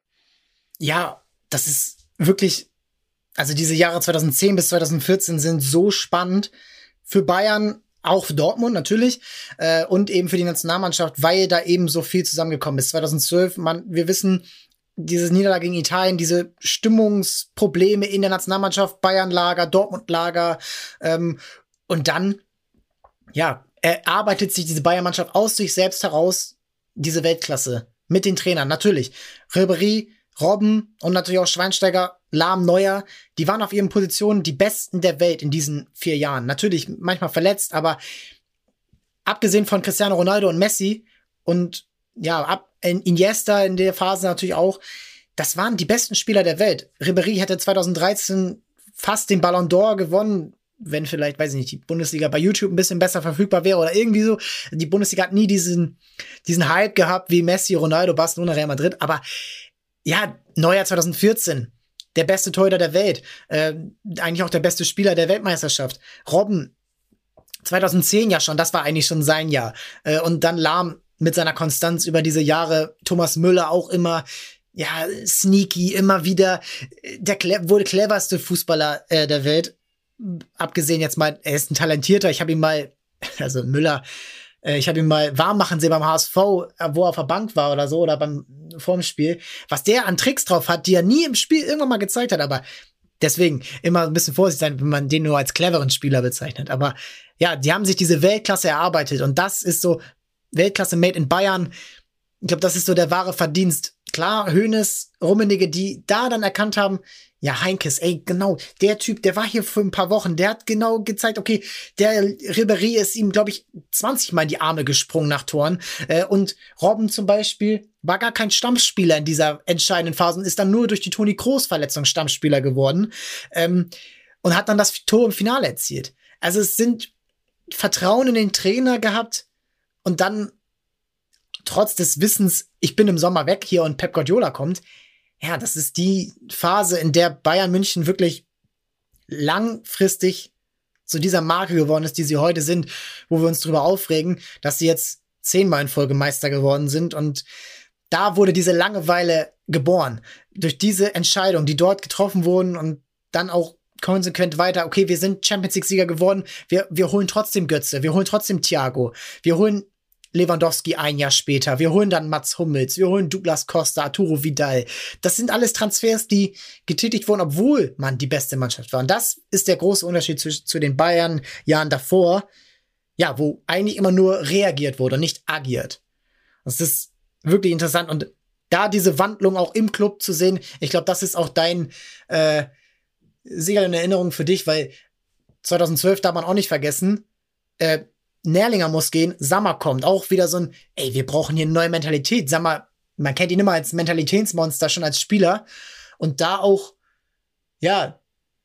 Ja, das ist wirklich, also diese Jahre zweitausendzehn bis zweitausendvierzehn sind so spannend für Bayern, auch für Dortmund natürlich, äh, und eben für die Nationalmannschaft, weil da eben so viel zusammengekommen ist. zweitausendzwölf, man, wir wissen, diese Niederlage gegen Italien, diese Stimmungsprobleme in der Nationalmannschaft, Bayern-Lager, Dortmund-Lager, ähm, und dann, ja, erarbeitet sich diese Bayern-Mannschaft aus sich selbst heraus, diese Weltklasse, mit den Trainern, natürlich. Ribéry, Robben und natürlich auch Schweinsteiger Lahm, Neuer, die waren auf ihren Positionen die Besten der Welt in diesen vier Jahren. Natürlich manchmal verletzt, aber abgesehen von Cristiano Ronaldo und Messi und ja, ab Iniesta in der Phase natürlich auch, das waren die besten Spieler der Welt. Ribéry hätte zweitausenddreizehn fast den Ballon d'Or gewonnen, wenn vielleicht, weiß ich nicht, die Bundesliga bei YouTube ein bisschen besser verfügbar wäre oder irgendwie so. Die Bundesliga hat nie diesen, diesen Hype gehabt wie Messi, Ronaldo, Barcelona, Real Madrid. Aber ja, Neuer zweitausendvierzehn, der beste Torhüter der Welt, äh, eigentlich auch der beste Spieler der Weltmeisterschaft. Robben zweitausendzehn ja schon, das war eigentlich schon sein Jahr. Äh, und dann Lahm mit seiner Konstanz über diese Jahre. Thomas Müller auch immer, ja, sneaky, immer wieder der cle- wohl cleverste Fußballer äh, der Welt. Abgesehen jetzt mal, er ist ein talentierter, ich habe ihn mal, also Müller, äh, ich habe ihn mal warm machen sehen beim H S V, äh, wo er auf der Bank war oder so, oder beim vorm Spiel. Was der an Tricks drauf hat, die er nie im Spiel irgendwann mal gezeigt hat, aber deswegen immer ein bisschen vorsichtig sein, wenn man den nur als cleveren Spieler bezeichnet. Aber ja, die haben sich diese Weltklasse erarbeitet und das ist so Weltklasse made in Bayern. Ich glaube, das ist so der wahre Verdienst. Klar, Hoeneß, Rummenigge, die da dann erkannt haben, ja, Heinkes, ey, genau, der Typ, der war hier für ein paar Wochen, der hat genau gezeigt, okay, der Ribéry ist ihm, glaube ich, zwanzig Mal in die Arme gesprungen nach Toren. Äh, und Robben zum Beispiel war gar kein Stammspieler in dieser entscheidenden Phase und ist dann nur durch die Toni Kroos-Verletzung Stammspieler geworden. Ähm, und hat dann das Tor im Finale erzielt. Also es sind Vertrauen in den Trainer gehabt und dann trotz des Wissens, ich bin im Sommer weg hier und Pep Guardiola kommt, ja, das ist die Phase, in der Bayern München wirklich langfristig zu dieser Marke geworden ist, die sie heute sind, wo wir uns drüber aufregen, dass sie jetzt zehnmal in Folge Meister geworden sind. Und da wurde diese Langeweile geboren. Durch diese Entscheidungen, die dort getroffen wurden und dann auch konsequent weiter, okay, wir sind Champions League-Sieger geworden, wir, wir holen trotzdem Götze, wir holen trotzdem Thiago, wir holen Lewandowski ein Jahr später. Wir holen dann Mats Hummels, wir holen Douglas Costa, Arturo Vidal. Das sind alles Transfers, die getätigt wurden, obwohl man die beste Mannschaft war. Und das ist der große Unterschied zu, zu den Bayern-Jahren davor, ja, wo eigentlich immer nur reagiert wurde, nicht agiert. Das ist wirklich interessant. Und da diese Wandlung auch im Club zu sehen, ich glaube, das ist auch dein äh, sicher eine Erinnerung für dich, weil zweitausendzwölf darf man auch nicht vergessen, äh, Nährlinger muss gehen, Sammer kommt. Auch wieder so ein, ey, wir brauchen hier eine neue Mentalität. Sammer, man kennt ihn immer als Mentalitätsmonster, schon als Spieler. Und da auch, ja,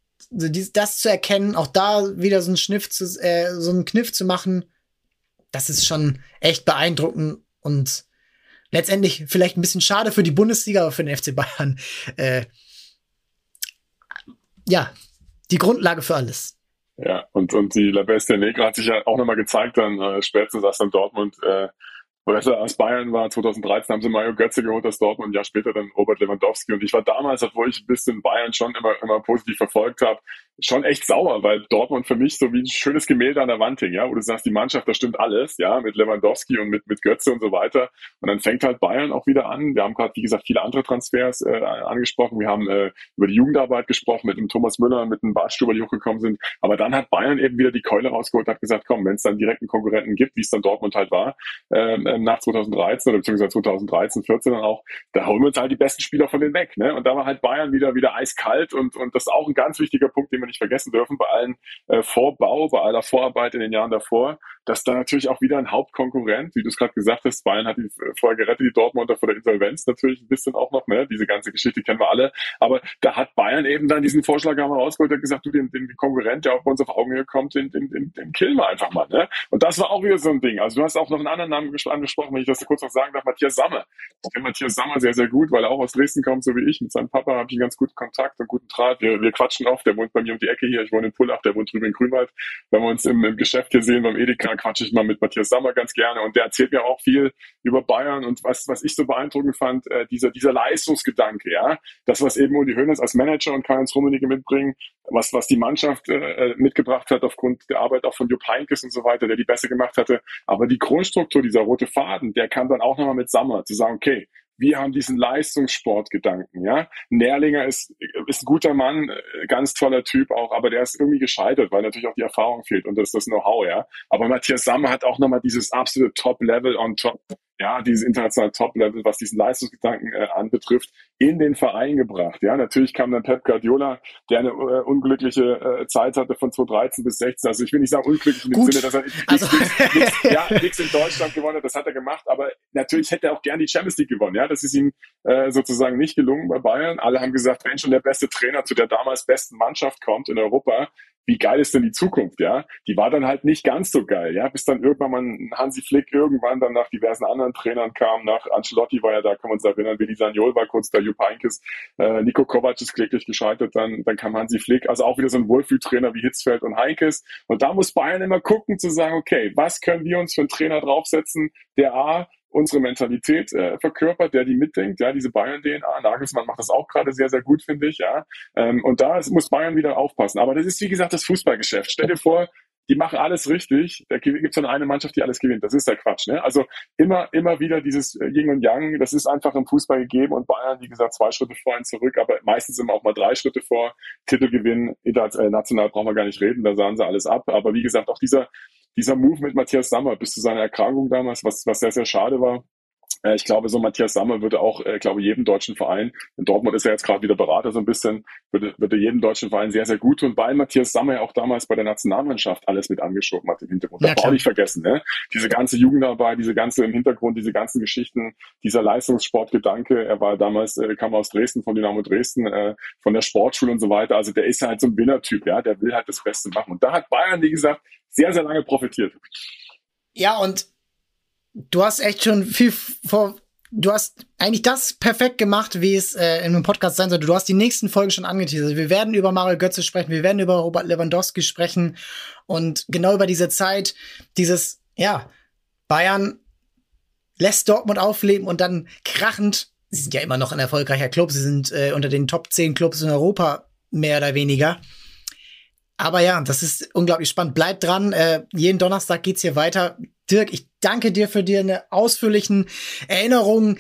das zu erkennen, auch da wieder so einen Schniff zu, äh, so einen Kniff zu machen, das ist schon echt beeindruckend und letztendlich vielleicht ein bisschen schade für die Bundesliga, aber für den F C Bayern. Äh, ja, die Grundlage für alles. Ja, und, und die La Bestia Negra hat sich ja auch nochmal gezeigt, dann äh, spätestens als dann Dortmund äh, besser als Bayern war. zweitausenddreizehn haben sie Mario Götze geholt aus Dortmund, ein Jahr später dann Robert Lewandowski. Und ich war damals, obwohl ich ein bisschen Bayern schon immer immer positiv verfolgt habe, schon echt sauer, weil Dortmund für mich so wie ein schönes Gemälde an der Wand hing, ja, wo du sagst, die Mannschaft, da stimmt alles, ja, mit Lewandowski und mit mit Götze und so weiter. Und dann fängt halt Bayern auch wieder an. Wir haben gerade, wie gesagt, viele andere Transfers äh, angesprochen. Wir haben äh, über die Jugendarbeit gesprochen, mit dem Thomas Müller, mit dem Bartstuber, die hochgekommen sind. Aber dann hat Bayern eben wieder die Keule rausgeholt und hat gesagt, komm, wenn es dann direkten Konkurrenten gibt, wie es dann Dortmund halt war, ähm, nach zweitausenddreizehn oder beziehungsweise zweitausenddreizehn, vierzehn dann auch, da holen wir uns halt die besten Spieler von denen weg, ne? Und da war halt Bayern wieder wieder eiskalt und und das ist auch ein ganz wichtiger Punkt, den wir nicht vergessen dürfen bei allen äh, Vorbau, bei aller Vorarbeit in den Jahren davor, dass da natürlich auch wieder ein Hauptkonkurrent, wie du es gerade gesagt hast, Bayern hat die äh, vorher gerettet, die Dortmunder vor der Insolvenz natürlich ein bisschen auch noch, ne? Diese ganze Geschichte kennen wir alle, aber da hat Bayern eben dann diesen Vorschlag einmal rausgeholt, hat gesagt, du, den, den Konkurrent, der auf uns auf Augenhöhe kommt, den, den, den, den killen wir einfach mal, ne? Und das war auch wieder so ein Ding. Also du hast auch noch einen anderen Namen angesprochen, wenn ich das kurz noch sagen darf, Matthias Sammer. Ich kenne Matthias Sammer sehr, sehr gut, weil er auch aus Dresden kommt, so wie ich. Mit seinem Papa habe ich einen ganz guten Kontakt und guten Draht. Wir, wir quatschen oft, der wohnt bei mir um die Ecke hier, ich wohne in Pullach, der wohnt drüben in Grünwald. Wenn wir uns im, im Geschäft hier sehen, beim Edeka, quatsche ich mal mit Matthias Sammer ganz gerne und der erzählt mir auch viel über Bayern und was, was ich so beeindruckend fand, äh, dieser, dieser Leistungsgedanke, ja. Das, was eben Uli Hoeneß als Manager und Karl-Heinz Rummenigge mitbringen, was, was die Mannschaft äh, mitgebracht hat aufgrund der Arbeit auch von Jupp Heynckes und so weiter, der die besser gemacht hatte. Aber die Grundstruktur, dieser rote Faden, der kam dann auch nochmal mit Sammer, zu sagen, okay, wir haben diesen Leistungssportgedanken, ja. Nährlinger ist, ist ein guter Mann, ganz toller Typ auch, aber der ist irgendwie gescheitert, weil natürlich auch die Erfahrung fehlt und das, das Know-how, ja. Aber Matthias Sammer hat auch nochmal dieses absolute Top-Level on top. ja, dieses internationale Top-Level, was diesen Leistungsgedanken äh, anbetrifft, in den Verein gebracht. Ja, natürlich kam dann Pep Guardiola, der eine äh, unglückliche äh, Zeit hatte von zweitausenddreizehn bis sechzehn. Also ich will nicht sagen unglücklich in dem Gut. Sinne, dass er nichts Also- ja, nichts in Deutschland gewonnen hat, das hat er gemacht, aber natürlich hätte er auch gern die Champions League gewonnen. Ja, das ist ihm äh, sozusagen nicht gelungen bei Bayern. Alle haben gesagt, wenn schon der beste Trainer zu der damals besten Mannschaft kommt in Europa, wie geil ist denn die Zukunft, ja? Die war dann halt nicht ganz so geil, ja? Bis dann irgendwann mal Hansi Flick irgendwann dann nach diversen anderen Trainern kam, nach Ancelotti war ja da, kann man uns erinnern, Willi Sagnol war kurz da, Jupp Heynckes, äh, Niko Kovac ist kläglich gescheitert, dann, dann kam Hansi Flick, also auch wieder so ein Wohlfühltrainer wie Hitzfeld und Heynckes. Und da muss Bayern immer gucken, zu sagen, okay, was können wir uns für einen Trainer draufsetzen, der A, unsere Mentalität äh, verkörpert, der die mitdenkt, ja, diese Bayern-D N A. Nagelsmann macht das auch gerade sehr, sehr gut, finde ich, ja. Ähm, und da muss Bayern wieder aufpassen. Aber das ist, wie gesagt, das Fußballgeschäft. Stell dir vor, die machen alles richtig, da gibt es dann eine Mannschaft, die alles gewinnt. Das ist der Quatsch, ne? Also immer, immer wieder dieses Yin und Yang, das ist einfach im Fußball gegeben und Bayern, wie gesagt, zwei Schritte vorhin zurück, aber meistens immer auch mal drei Schritte vor. Titelgewinn, international brauchen wir gar nicht reden, da sahen sie alles ab. Aber wie gesagt, auch dieser Dieser Move mit Matthias Sammer bis zu seiner Erkrankung damals, was, was sehr, sehr schade war. Äh, ich glaube, so Matthias Sammer würde auch, äh, glaube jedem deutschen Verein, in Dortmund ist er jetzt gerade wieder Berater so ein bisschen, würde, würde jedem deutschen Verein sehr, sehr gut tun, weil Matthias Sammer ja auch damals bei der Nationalmannschaft alles mit angeschoben hat im Hintergrund. Ja, Darf man auch nicht vergessen, ne? Diese ganze Jugendarbeit, diese ganze im Hintergrund, diese ganzen Geschichten, dieser Leistungssportgedanke, er war damals, äh, kam aus Dresden, von Dynamo Dresden, äh, von der Sportschule und so weiter. Also der ist halt so ein Winnertyp, ja, der will halt das Beste machen. Und da hat Bayern, wie gesagt, sehr, sehr lange profitiert. Ja, und du hast echt schon viel vor, du hast eigentlich das perfekt gemacht, wie es äh, in einem Podcast sein sollte. Du hast die nächsten Folgen schon angeteasert. Wir werden über Mario Götze sprechen, wir werden über Robert Lewandowski sprechen und genau über diese Zeit, dieses, ja, Bayern lässt Dortmund aufleben und dann krachend, sie sind ja immer noch ein erfolgreicher Club, sie sind äh, unter den Top zehn Clubs in Europa, mehr oder weniger. Aber ja, das ist unglaublich spannend. Bleibt dran. Äh, jeden Donnerstag geht's hier weiter. Dirk, ich danke dir für deine ausführlichen Erinnerungen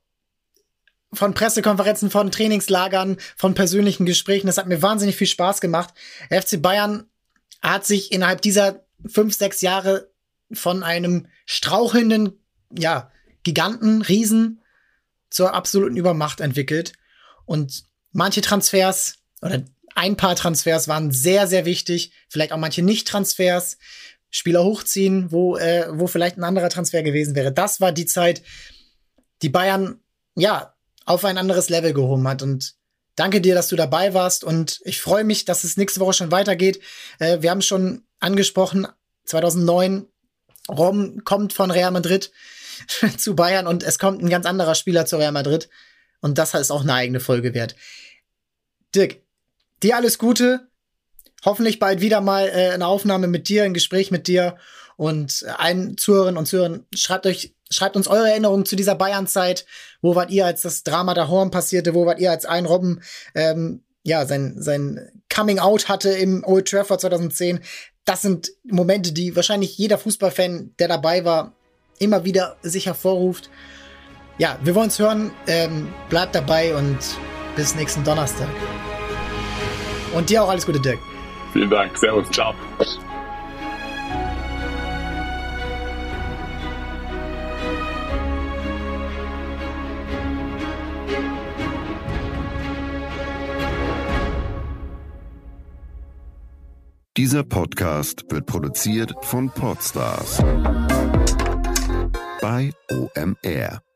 von Pressekonferenzen, von Trainingslagern, von persönlichen Gesprächen. Das hat mir wahnsinnig viel Spaß gemacht. Der F C Bayern hat sich innerhalb dieser fünf, sechs Jahre von einem strauchelnden, ja, Giganten, Riesen zur absoluten Übermacht entwickelt. Und manche Transfers oder ein paar Transfers waren sehr, sehr wichtig. Vielleicht auch manche Nicht-Transfers. Spieler hochziehen, wo, äh, wo vielleicht ein anderer Transfer gewesen wäre. Das war die Zeit, die Bayern, ja, auf ein anderes Level gehoben hat. Und danke dir, dass du dabei warst. Und ich freue mich, dass es nächste Woche schon weitergeht. Äh, wir haben es schon angesprochen, zweitausendneun, Rom kommt von Real Madrid zu Bayern und es kommt ein ganz anderer Spieler zu Real Madrid. Und das ist auch eine eigene Folge wert. Dirk, dir alles Gute. Hoffentlich bald wieder mal äh, eine Aufnahme mit dir, ein Gespräch mit dir und allen Zuhörerinnen und Zuhörern. Schreibt euch, schreibt uns eure Erinnerungen zu dieser Bayern-Zeit. Wo wart ihr, als das Drama der Horn passierte? Wo wart ihr, als Arjen Robben ähm, ja sein sein Coming-out hatte im Old Trafford zweitausendzehn? Das sind Momente, die wahrscheinlich jeder Fußballfan, der dabei war, immer wieder sich hervorruft. Ja, wir wollen es hören. Ähm, bleibt dabei und bis nächsten Donnerstag. Und dir auch alles Gute, Dirk. Vielen Dank. Servus. Ciao. Dieser Podcast wird produziert von Podstars bei O M R.